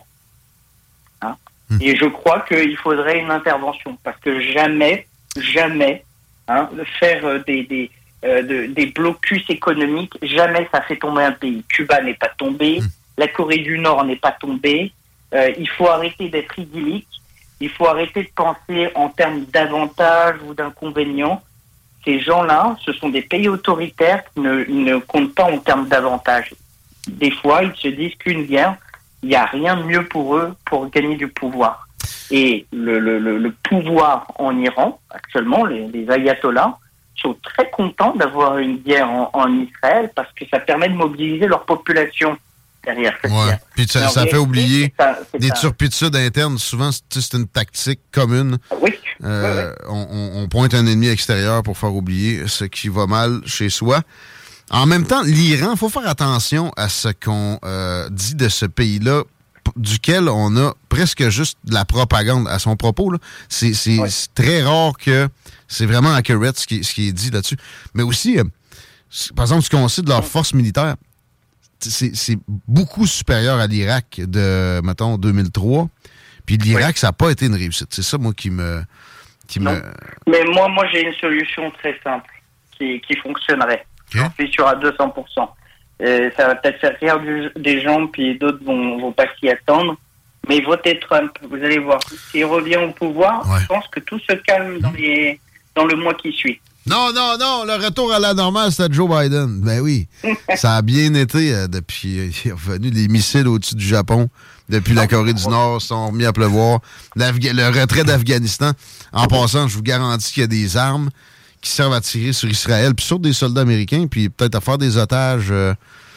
Hein? Et je crois qu'il faudrait une intervention, parce que jamais, jamais, hein, faire des, des, euh, de, des blocus économiques, jamais ça fait tomber un pays. Cuba n'est pas tombé, la Corée du Nord n'est pas tombée. Euh, il faut arrêter d'être idyllique, il faut arrêter de penser en termes d'avantages ou d'inconvénients. Ces gens-là, ce sont des pays autoritaires qui ne, ne comptent pas en termes d'avantages. Des fois, ils se disent qu'une guerre, il n'y a rien de mieux pour eux pour gagner du pouvoir. Et le, le, le, le pouvoir en Iran, actuellement, les, les ayatollahs, sont très contents d'avoir une guerre en, en Israël parce que ça permet de mobiliser leur population derrière cette ouais. guerre. Puis ça, Alors, ça fait oublier c'est ça, c'est des ça. turpitudes internes. Souvent, c'est, c'est une tactique commune. Oui. Euh, oui, oui. On, on pointe un ennemi extérieur pour faire oublier ce qui va mal chez soi. En même temps, l'Iran, il faut faire attention à ce qu'on euh, dit de ce pays-là, p- duquel on a presque juste de la propagande à son propos. Là. C'est, c'est, oui. c'est très rare que c'est vraiment accurate ce qui, ce qui est dit là-dessus. Mais aussi, euh, par exemple, ce qu'on sait de leur force militaire, c'est, c'est beaucoup supérieur à l'Irak de, mettons, deux mille trois. Puis l'Irak, oui. ça n'a pas été une réussite. C'est ça, moi, qui me... Qui non. me... Mais moi, moi, j'ai une solution très simple qui, qui fonctionnerait. Okay. Je suis sûr à deux cents pour cent. Euh, ça va peut-être faire rire du, des gens, puis d'autres vont, vont pas s'y attendre. Mais votez Trump, vous allez voir. S'il revient au pouvoir, ouais. je pense que tout se calme dans, les, dans le mois qui suit. Non, non, non, le retour à la normale, c'était Joe Biden. Ben oui, ça a bien été euh, depuis... Euh, il est revenu les missiles au-dessus du Japon. Depuis la Corée du Nord, sont remis à pleuvoir. L'Afga- le retrait d'Afghanistan. En passant, je vous garantis qu'il y a des armes qui servent à tirer sur Israël, puis sur des soldats américains, puis peut-être à faire des otages euh,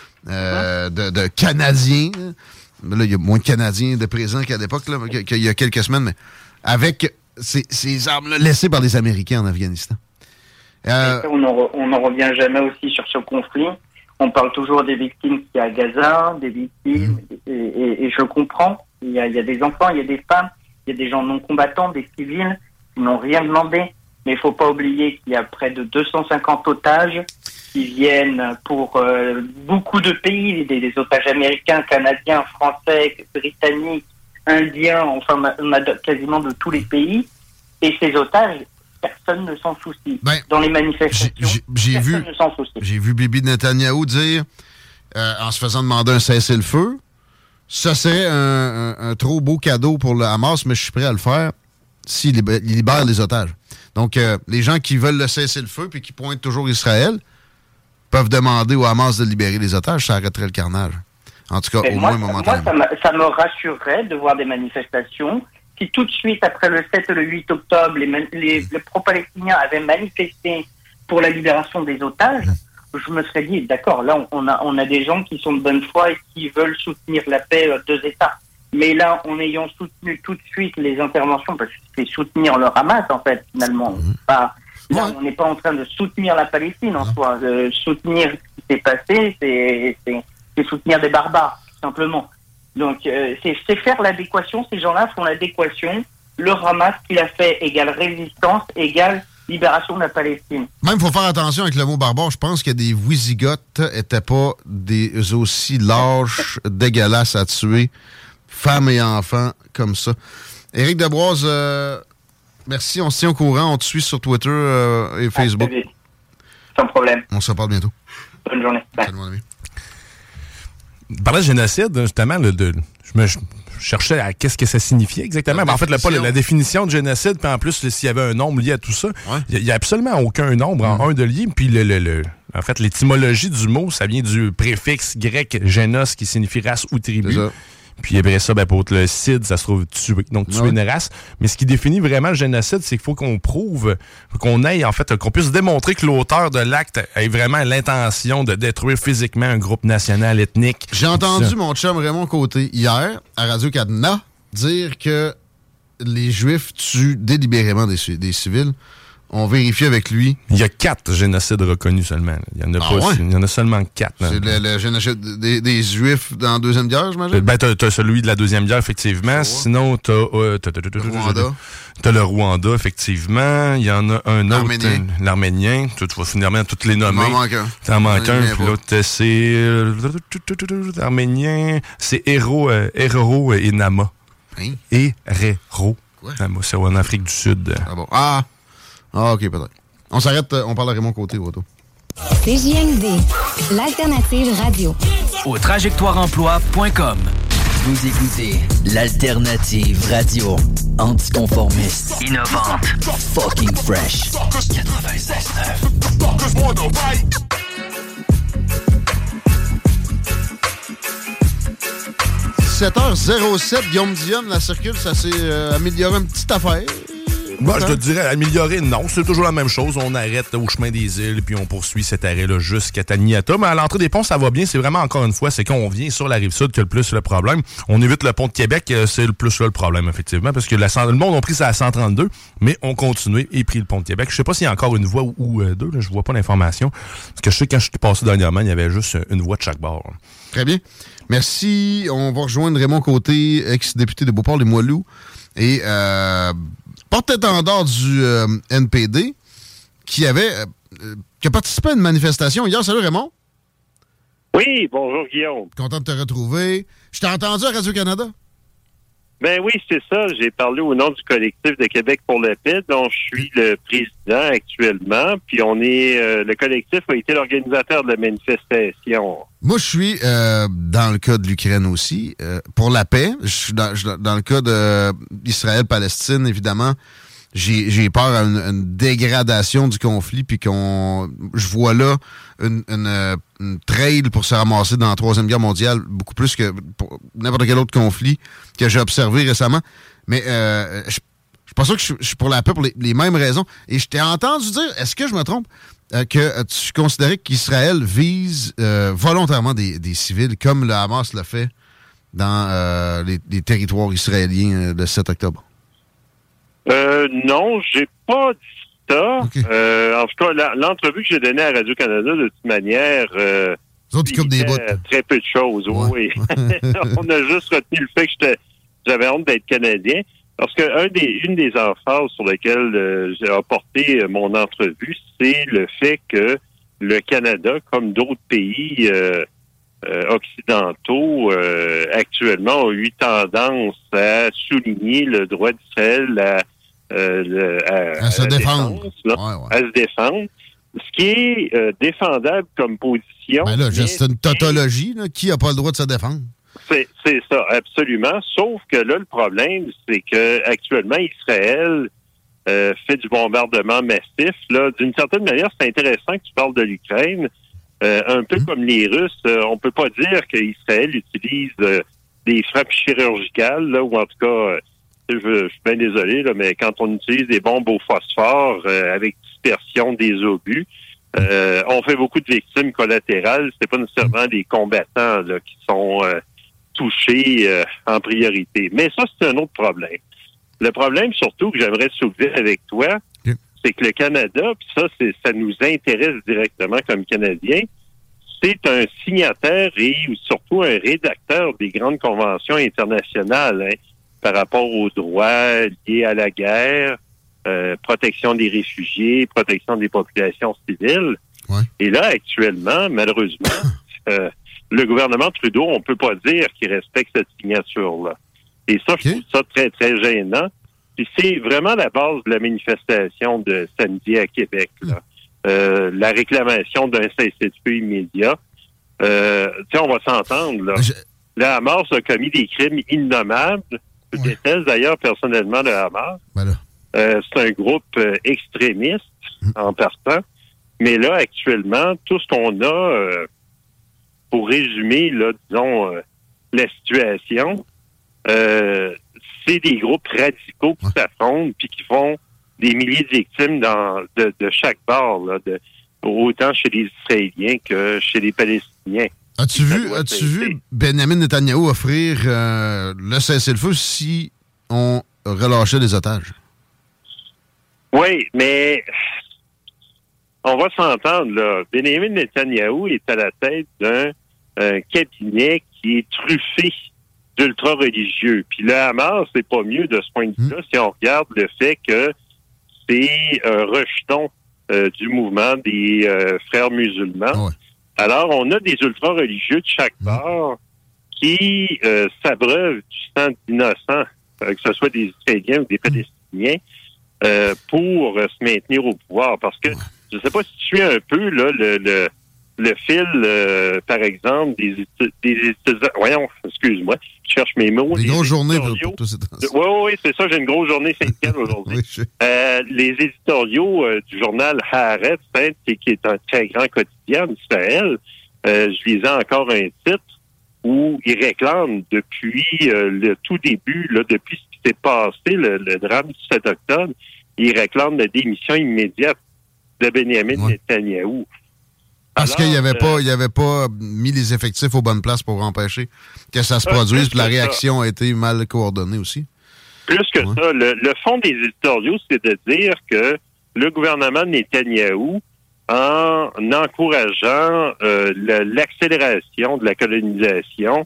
euh, de, de Canadiens. Là. là, il y a moins de Canadiens de présents qu'à l'époque, là, qu'il y a quelques semaines, mais avec ces, ces armes-là laissées par les Américains en Afghanistan. Euh, on n'en revient jamais aussi sur ce conflit. On parle toujours des victimes qu'il y a à Gaza, des victimes, mmh. et, et, et je comprends. Il y, a, il y a des enfants, il y a des femmes, il y a des gens non combattants, des civils qui n'ont rien demandé. Mais il ne faut pas oublier qu'il y a près de deux cent cinquante otages qui viennent pour euh, beaucoup de pays, des, des otages américains, canadiens, français, britanniques, indiens, enfin on a quasiment de tous les pays. Et ces otages, personne ne s'en soucie. Ben, dans les manifestations, j'ai, j'ai personne vu, ne s'en soucie. J'ai vu Bibi Netanyahou dire, euh, en se faisant demander un cessez-le-feu, ça serait un, un, un trop beau cadeau pour le Hamas, mais je suis prêt à le faire s'il libère, libère les otages. Donc, euh, les gens qui veulent le cessez-le-feu puis qui pointent toujours Israël peuvent demander au Hamas de libérer les otages, ça arrêterait le carnage. En tout cas, mais au moi, moins momentanément. Moi, ça, ça me rassurerait de voir des manifestations. Si tout de suite, après le sept et le huit octobre, les, les, les pro-palestiniens avaient manifesté pour la libération des otages, je me serais dit, d'accord, là, on a, on a des gens qui sont de bonne foi et qui veulent soutenir la paix euh, deux États. Mais là, en ayant soutenu tout de suite les interventions, parce que c'est soutenir le Hamas, en fait, finalement. Mmh. Pas, là, ouais. on n'est pas en train de soutenir la Palestine, en mmh. soi. De soutenir ce qui s'est passé, c'est, c'est, c'est soutenir des barbares, tout simplement. Donc, euh, c'est, c'est faire l'adéquation. Ces gens-là font l'adéquation. Le Hamas, qu'il a fait, égale résistance, égale libération de la Palestine. Même, il faut faire attention avec le mot barbare. Je pense que des Wisigoths n'étaient pas des aussi lâches, dégueulasses à tuer, femmes et enfants, comme ça. Éric Debroise, euh, merci. On se tient au courant. On te suit sur Twitter euh, et Facebook. Sans problème. On se reparle bientôt. Bonne journée. Bye. Salut, mon ami. Par le génocide, justement, le, de, je me je cherchais à qu'est-ce que ça signifiait exactement. Ben, en fait, le, pas, la, la définition de génocide, puis en plus, s'il y avait un nombre lié à tout ça, il ouais. n'y a, a absolument aucun nombre en mmh. un de lié. Puis, le, le, le, en fait, l'étymologie du mot, ça vient du préfixe grec génos, qui signifie race ou tribu. Puis après ça, ben, pour le cide, ça se trouve tuer. Donc, tuer ouais. une race. Mais ce qui définit vraiment le génocide, c'est qu'il faut qu'on prouve, qu'on ait, en fait, qu'on puisse démontrer que l'auteur de l'acte ait vraiment l'intention de détruire physiquement un groupe national, ethnique. J'ai entendu mon chum Raymond Côté hier, à Radio-Canada, dire que les Juifs tuent délibérément des, des civils. On vérifie avec lui. Il y a quatre génocides reconnus seulement. Il y en a, ah pas, ouais? il y en a seulement quatre. C'est le, le génocide des, des Juifs dans la Deuxième Guerre, j'imagine? Ben, t'as, t'as celui de la Deuxième Guerre, effectivement. Oh. Sinon, t'as, euh, t'as, t'as, t'as, le Rwanda. T'as le Rwanda, effectivement. Il y en a un L'arménien. autre. Euh, L'arménien. Tu vas finalement toutes les nommer. T'en manques un. T'en manques un. Puis l'autre, c'est... Euh, L'arménien. C'est Héro, euh, Héro et Nama. Hein? Héro. Quoi? C'est en Afrique du Sud. Ah bon. Ah! Ah, OK, peut-être. On s'arrête, on parle à Raymond Côté au retour. C J M D, l'alternative radio. Au trajectoire emploi point com. Vous écoutez l'alternative radio. Anticonformiste. Innovante. Fucking fresh. quatre-vingt-seize neuf. sept heures zéro sept, Guillaume Dion, la circule, ça s'est euh, amélioré une petite affaire. Moi, je te dirais, améliorer, non. C'est toujours la même chose. On arrête au chemin des îles, puis on poursuit cet arrêt-là jusqu'à Taniata. Mais à l'entrée des ponts, ça va bien. C'est vraiment, encore une fois, c'est quand on vient sur la Rive-Sud que le plus le problème. On évite le pont de Québec, c'est le plus là le problème, effectivement, parce que la, le monde a pris ça à cent trente-deux, mais on continue et pris le pont de Québec. Je sais pas s'il y a encore une voie ou, ou euh, deux, là, je vois pas l'information. Parce que je sais que quand je suis passé dernièrement, il y avait juste une voie de chaque bord. Très bien. Merci. On va rejoindre Raymond Côté, ex-député de Beauport-les-Moilous. Et... Euh, porte-étendard du euh, N P D qui avait euh, qui a participé à une manifestation hier. Salut Raymond. Oui, bonjour Guillaume. Content de te retrouver. Je t'ai entendu à Radio-Canada. Ben oui, c'est ça. J'ai parlé au nom du collectif de Québec pour la paix, dont je suis le président actuellement. Puis on est euh, le collectif a été l'organisateur de la manifestation. Moi, je suis euh, dans le cas de l'Ukraine aussi, euh, pour la paix. Je suis dans, je, dans le cas d'Israël-Palestine, évidemment. J'ai, j'ai peur à une, une dégradation du conflit, puis qu'on, je vois là une, une, une trail pour se ramasser dans la Troisième Guerre mondiale, beaucoup plus que pour n'importe quel autre conflit que j'ai observé récemment. Mais euh, je, je suis pas sûr que je, je suis pour la paix pour les, les mêmes raisons. Et je t'ai entendu dire, est-ce que je me trompe, euh, que euh, tu considérais qu'Israël vise euh, volontairement des, des civils, comme le Hamas l'a fait dans euh, les, les territoires israéliens euh, le sept octobre? Euh, non, j'ai pas dit ça. Okay. Euh, en tout cas, la, l'entrevue que j'ai donnée à Radio-Canada, de toute manière, euh, il des très peu de choses. Ouais. Oui. On a juste retenu le fait que j'étais, j'avais honte d'être Canadien. Parce que un des, une des emphases sur lesquelles euh, j'ai apporté mon entrevue, c'est le fait que le Canada, comme d'autres pays euh, euh, occidentaux, euh, actuellement, ont eu tendance à souligner le droit d'Israël à Euh, le, à, à se à défendre. Défense, là, ouais, ouais. À se défendre. Ce qui est euh, défendable comme position. Ben là, c'est une tautologie. Là. Qui n'a pas le droit de se défendre? C'est, c'est ça, absolument. Sauf que là, le problème, c'est que actuellement, Israël euh, fait du bombardement massif. Là. D'une certaine manière, c'est intéressant que tu parles de l'Ukraine. Euh, un peu mmh. comme les Russes, euh, on peut pas dire qu'Israël utilise euh, des frappes chirurgicales, là, ou en tout cas... Euh, Je, je suis bien désolé, là, mais quand on utilise des bombes au phosphore euh, avec dispersion des obus, euh, on fait beaucoup de victimes collatérales. C'est pas nécessairement des combattants là, qui sont euh, touchés euh, en priorité. Mais ça, c'est un autre problème. Le problème, surtout, que j'aimerais soulever avec toi, oui. c'est que le Canada, puis ça, c'est, ça nous intéresse directement comme Canadiens, c'est un signataire et surtout un rédacteur des grandes conventions internationales, hein, par rapport aux droits liés à la guerre, euh, protection des réfugiés, protection des populations civiles. Ouais. Et là, actuellement, malheureusement, euh, le gouvernement Trudeau, on peut pas dire qu'il respecte cette signature-là. Et ça, okay. je trouve ça très, très gênant. Puis c'est vraiment la base de la manifestation de samedi à Québec. Là. Euh, la réclamation d'un cessez-le-feu immédiat. Euh, tu sais, on va s'entendre, là. Je... Le Hamas a commis des crimes innommables. Je ouais. déteste d'ailleurs personnellement le Hamas. Voilà. Euh, c'est un groupe euh, extrémiste mmh. en partant. Mais là, actuellement, tout ce qu'on a, euh, pour résumer, là, disons, euh, la situation, euh, c'est des groupes radicaux qui ouais. s'affrontent puis qui font des milliers de victimes dans, de, de chaque bord, là, de, autant chez les Israéliens que chez les Palestiniens. As-tu vu, as-tu vu Benjamin Netanyahou offrir euh, le cessez-le-feu si on relâchait les otages? Oui, mais on va s'entendre, là. Benjamin Netanyahou est à la tête d'un euh, cabinet qui est truffé d'ultra-religieux. Puis le Hamas, c'est pas mieux de ce point de vue-là mmh. si on regarde le fait que c'est un rejeton euh, du mouvement des euh, frères musulmans. Ouais. Alors, on a des ultra-religieux de chaque part qui euh, s'abreuvent du sang d'innocents, euh, que ce soit des Israéliens ou des Palestiniens, euh, pour euh, se maintenir au pouvoir. Parce que, je ne sais pas si tu suis un peu là le, le, le fil, euh, par exemple, des des voyons, excuse-moi, je cherche mes mots. Des grosses journées pour, pour tous ces temps. Oui, oui, oui, c'est ça, j'ai une grosse journée syndicale aujourd'hui. oui, je... euh, les éditoriaux euh, du journal Haaretz, hein, qui, qui est un très grand quotidien d'Israël, euh, je lisais encore un titre où ils réclament depuis euh, le tout début, là, depuis ce qui s'est passé, le, le drame du sept octobre, ils réclament la démission immédiate de Benjamin ouais. Netanyahou. Parce qu'il n'avait euh, pas, il avait pas mis les effectifs aux bonnes places pour empêcher que ça se euh, produise, puis la réaction ça. a été mal coordonnée aussi. Plus que ouais. ça, le, le fond des éditoriaux, c'est de dire que le gouvernement de Netanyahou, en encourageant euh, le, l'accélération de la colonisation,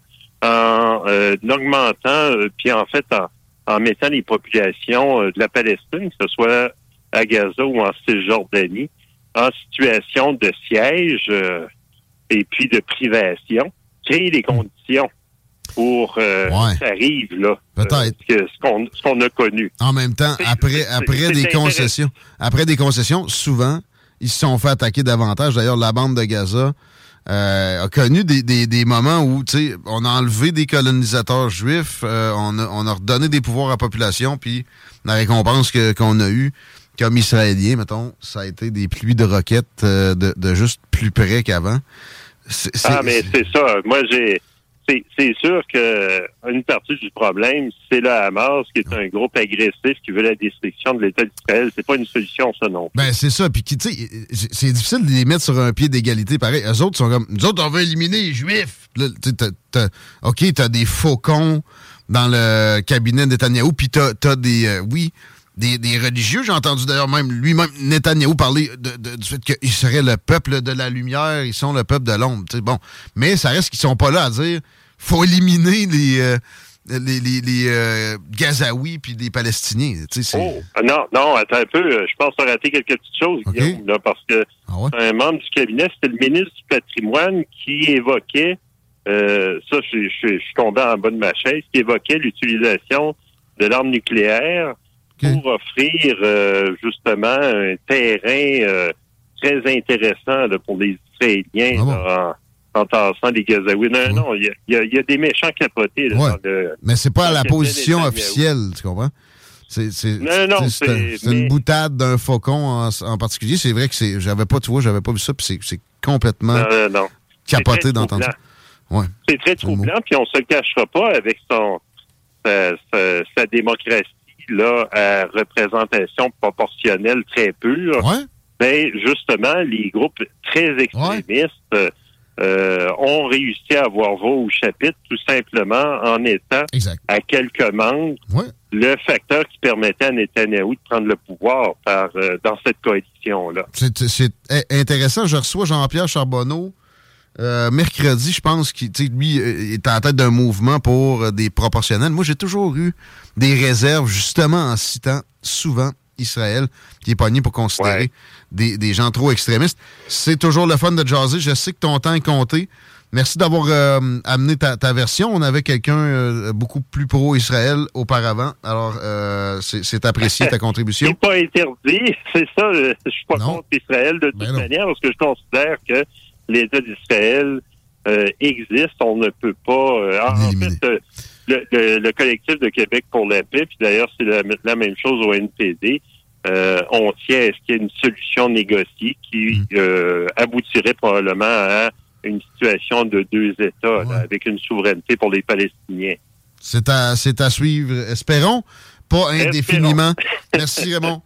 en euh, augmentant, euh, puis en fait en, en mettant les populations euh, de la Palestine, que ce soit à Gaza ou en Cisjordanie, en situation de siège euh, et puis de privation, créer les conditions pour euh, ouais. que ça arrive, là. Peut-être. Euh, ce, qu'on, ce qu'on a connu. En même temps, après, après des concessions, après des concessions, souvent, ils se sont fait attaquer davantage. D'ailleurs, la bande de Gaza euh, a connu des, des, des moments où, tu sais, on a enlevé des colonisateurs juifs, euh, on, a, on a redonné des pouvoirs à la population, puis la récompense que, qu'on a eue comme Israéliens, mettons, ça a été des pluies de roquettes euh, de, de juste plus près qu'avant. C'est, c'est, ah, mais c'est ça. Moi, j'ai... C'est, c'est sûr que une partie du problème, c'est le Hamas, qui est un groupe agressif qui veut la destruction de l'État d'Israël. C'est pas une solution, ça, non plus. Ben, c'est ça. Puis, tu sais, c'est difficile de les mettre sur un pied d'égalité pareil. Eux autres sont comme, nous autres, on veut éliminer les Juifs. Là, t'as, t'as, OK, t'as des faucons dans le cabinet de Netanyahou, puis t'as, t'as des, euh, oui, des, des religieux. J'ai entendu d'ailleurs même lui-même, Netanyahou, parler de, de, du fait qu'ils seraient le peuple de la lumière, ils sont le peuple de l'ombre. T'sais, bon, mais ça reste qu'ils sont pas là à dire faut éliminer les euh, les, les, les euh, Gazaouis puis les Palestiniens. C'est... Oh, non, non, attends un peu. Je pense que tu as raté quelques petites choses, okay. Guillaume, là, parce que ah ouais? un membre du cabinet, c'était le ministre du Patrimoine qui évoquait, euh, ça, je, je, je suis tombé en bas de ma chaise, qui évoquait l'utilisation de l'arme nucléaire okay. pour offrir euh, justement un terrain euh, très intéressant là, pour les Israéliens ah bon? là, en, en tassant les Gazaouis. Non, ouais. non, il y, y, y a des méchants capotés. Là, ouais. dans le, mais c'est pas à la position officielle, tu comprends? C'est, c'est, non, non, c'est, c'est, c'est mais... une boutade d'un faucon en, en particulier. C'est vrai que c'est, j'avais pas, tu vois, j'avais pas vu ça, puis c'est, c'est complètement non, non, non. capoté d'entendre ça. Ouais. C'est très troublant, puis on se le cachera pas avec son sa, sa, sa démocratie là à représentation proportionnelle très pure. Ouais. Ben justement, les groupes très extrémistes ouais. euh, ont réussi à avoir voix au chapitre tout simplement en étant exact. à quelques membres ouais. le facteur qui permettait à Netanyahou de prendre le pouvoir par euh, dans cette coalition-là. C'est, c'est intéressant. Je reçois Jean-Pierre Charbonneau euh, mercredi, je pense qu'il lui est en tête d'un mouvement pour euh, des proportionnels. Moi, j'ai toujours eu des réserves, justement en citant souvent Israël, qui est pogné pour considérer ouais. des, des gens trop extrémistes. C'est toujours le fun de jaser. Je sais que ton temps est compté. Merci d'avoir euh, amené ta, ta version. On avait quelqu'un euh, beaucoup plus pro-Israël auparavant. Alors, euh, c'est, c'est apprécié ta contribution. C'est pas interdit. C'est ça. Je, je suis pas non. contre Israël de toute ben manière parce que je considère que l'État d'Israël euh, existe. On ne peut pas... Euh, en, en fait, euh, le, le, le collectif de Québec pour la paix, puis d'ailleurs, c'est la, la même chose au N P D, euh, on tient à ce qu'il y ait une solution négociée qui mmh. euh, aboutirait probablement à une situation de deux États, ouais. là, avec une souveraineté pour les Palestiniens. C'est à, c'est à suivre. Espérons, pas indéfiniment. Merci, Raymond.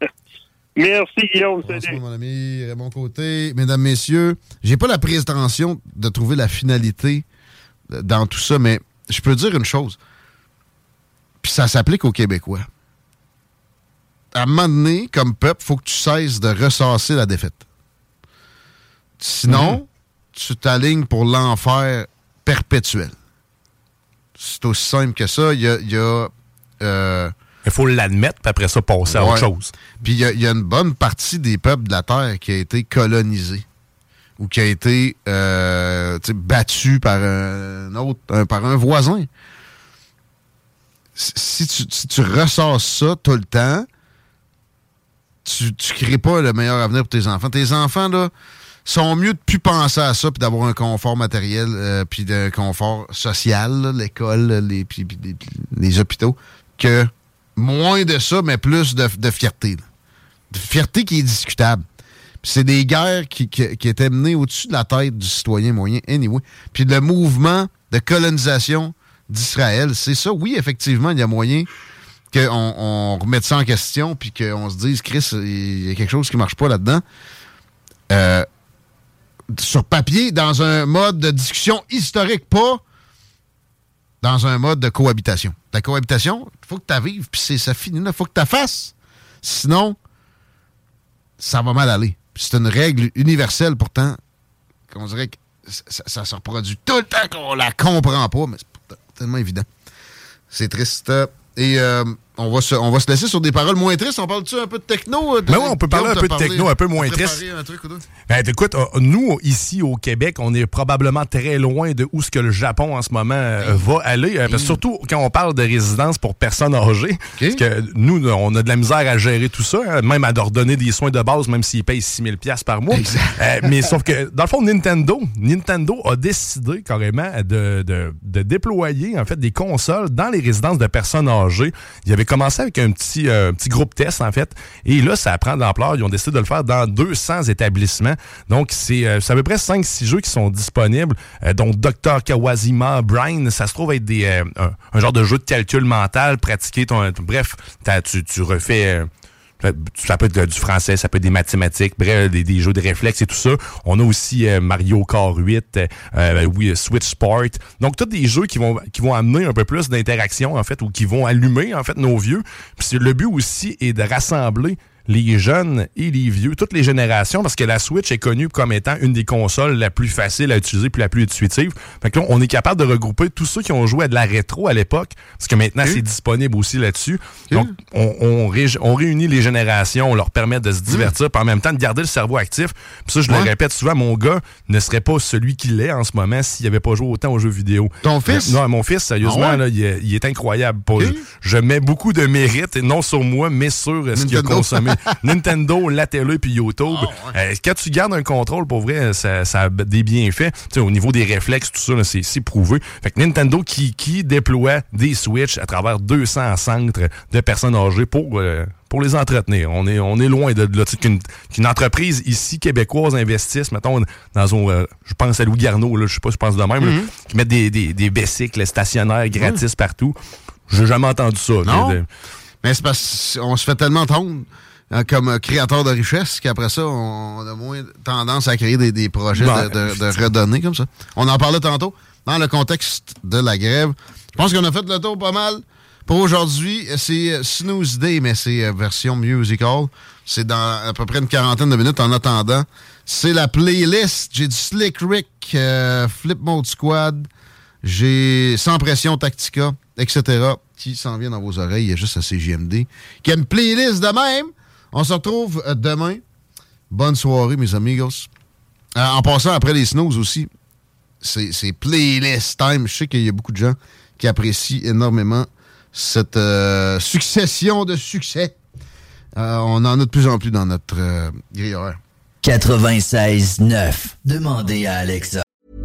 Merci, Guillaume. Bonsoir, mon ami Raymond Côté. Mesdames, messieurs, j'ai pas la prétention de trouver la finalité dans tout ça, mais je peux dire une chose. Puis ça s'applique aux Québécois. À un moment donné, comme peuple, il faut que tu cesses de ressasser la défaite. Sinon, mmh. tu t'alignes pour l'enfer perpétuel. C'est aussi simple que ça. Il y a... Il y a euh, il faut l'admettre, puis après ça, passer ouais. à autre chose. Puis il y, y a une bonne partie des peuples de la Terre qui a été colonisée ou qui a été euh, battue par un autre, un, par un voisin. Si tu, si tu ressasses ça tout le temps, tu ne crées pas le meilleur avenir pour tes enfants. Tes enfants, là, sont mieux de plus penser à ça puis d'avoir un confort matériel euh, puis un confort social, là, l'école, les, puis, puis, les, les hôpitaux, que moins de ça, mais plus de, de fierté. Là. De fierté qui est discutable. Puis c'est des guerres qui, qui, qui étaient menées au-dessus de la tête du citoyen moyen, anyway. Puis le mouvement de colonisation d'Israël. C'est ça, oui, effectivement, il y a moyen qu'on on remette ça en question puis qu'on se dise, Chris, il y a quelque chose qui marche pas là-dedans. Euh, sur papier, dans un mode de discussion historique, pas dans un mode de cohabitation. La cohabitation, il faut que tu la vives, puis ça finit là, il faut que tu la fasses. Sinon, ça va mal aller. Puis c'est une règle universelle, pourtant, qu'on dirait que ça, ça se reproduit tout le temps qu'on la comprend pas, mais c'est tellement évident. C'est triste. Et euh, on, va se, on va se laisser sur des paroles moins tristes. On parle-tu un peu de techno? Ben oui, on peut parler un peu de techno, un peu moins triste. Un truc ou deux? Ben, écoute, nous, ici au Québec, on est probablement très loin de où ce que le Japon en ce moment euh, va aller. Euh, parce que surtout quand on parle de résidence pour personnes âgées. Okay. Parce que nous, on a de la misère à gérer tout ça, hein, même à leur donner des soins de base, même s'ils payent six mille dollars par mois. Euh, mais sauf que, dans le fond, Nintendo, Nintendo a décidé carrément de, de, de déployer en fait des consoles dans les résidences de personnes âgées. Il y avait commencé avec un petit, euh, petit groupe test, en fait. Et là, ça prend de l'ampleur. Ils ont décidé de le faire dans deux cents établissements. Donc, c'est, euh, c'est à peu près cinq six jeux qui sont disponibles. Euh, donc, docteur Kawashima, Brain, ça se trouve être des, euh, un, un genre de jeu de calcul mental, pratiquer ton... ton bref, tu, tu refais... Euh, ça peut être du français, ça peut être des mathématiques, bref, des, des jeux de réflexes et tout ça. On a aussi euh, Mario Kart huit, euh, oui, Switch Sport. Donc, tous des jeux qui vont qui vont amener un peu plus d'interaction, en fait, ou qui vont allumer, en fait, nos vieux. Puis le but aussi est de rassembler les jeunes et les vieux, toutes les générations, parce que la Switch est connue comme étant une des consoles la plus facile à utiliser puis la plus intuitive. Fait que là, on est capable de regrouper tous ceux qui ont joué à de la rétro à l'époque, parce que maintenant, mmh. c'est disponible aussi là-dessus. Mmh. Donc, on, on, ré, on réunit les générations, on leur permet de se divertir, mmh. puis en même temps, de garder le cerveau actif. Puis ça, je ouais. le répète souvent, mon gars ne serait pas celui qu'il est en ce moment s'il n'avait pas joué autant aux jeux vidéo. Ton fils? Non, mon fils, sérieusement, ah ouais? là, il, est, il est incroyable. Pour, mmh. je, je mets beaucoup de mérite, non sur moi, mais sur ce qu'il a consommé. Nintendo, la télé puis YouTube. Oh, ouais. euh, quand tu gardes un contrôle, pour vrai, ça, ça a des bienfaits. T'sais, au niveau des réflexes, tout ça, là, c'est, c'est prouvé. Fait que Nintendo qui, qui déploie des Switch à travers deux cents centres de personnes âgées pour, euh, pour les entretenir. On est, on est loin de, de là. Qu'une, qu'une entreprise ici, québécoise, investisse, mettons, dans un, euh, je pense à Louis Garneau, là, je sais pas, je pense de même, mm-hmm. là, qui mettent des, des, des bicycles stationnaires gratis mm. partout. J'ai jamais entendu ça. Non. De, mais c'est parce qu'on se fait tellement tendre comme créateur de richesse, qu'après ça, on a moins tendance à créer des, des projets de, de, de redonner comme ça. On en parlait tantôt, dans le contexte de la grève. Je pense qu'on a fait le tour pas mal. Pour aujourd'hui, c'est Snooze Day, mais c'est version musical. C'est dans à peu près une quarantaine de minutes. En attendant, c'est la playlist. J'ai du Slick Rick, euh, Flip Mode Squad, j'ai Sans Pression Tactica, et cetera, qui s'en vient dans vos oreilles. Il y a juste à C J M D qui a une playlist de même. On se retrouve demain. Bonne soirée, mes amigos. Euh, en passant, après les snooze aussi, c'est, c'est playlist time. Je sais qu'il y a beaucoup de gens qui apprécient énormément cette euh, succession de succès. Euh, on en a de plus en plus dans notre euh, grille horaire. quatre-vingt-seize neuf. Demandez à Alexa.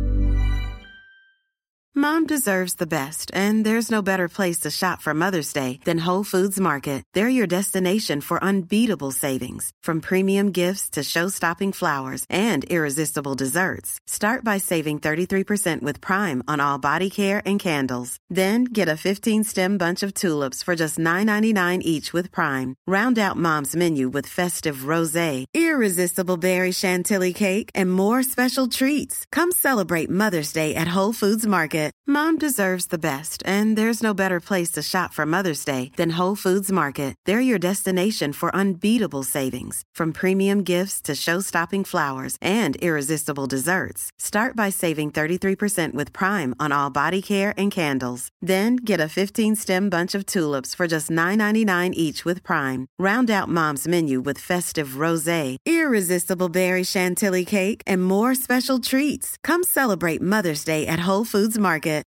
Mom deserves the best, and there's no better place to shop for Mother's Day than Whole Foods Market. They're your destination for unbeatable savings, from premium gifts to show-stopping flowers and irresistible desserts. Start by saving thirty-three percent with Prime on all body care and candles. Then get a fifteen-stem bunch of tulips for just nine ninety-nine each with Prime. Round out Mom's menu with festive rosé, irresistible berry chantilly cake, and more special treats. Come celebrate Mother's Day at Whole Foods Market. Mom deserves the best, and there's no better place to shop for Mother's Day than Whole Foods Market. They're your destination for unbeatable savings, from premium gifts to show-stopping flowers and irresistible desserts. Start by saving thirty-three percent with Prime on all body care and candles. Then get a fifteen-stem bunch of tulips for just nine ninety-nine each with Prime. Round out Mom's menu with festive rosé, irresistible berry chantilly cake, and more special treats. Come celebrate Mother's Day at Whole Foods Market.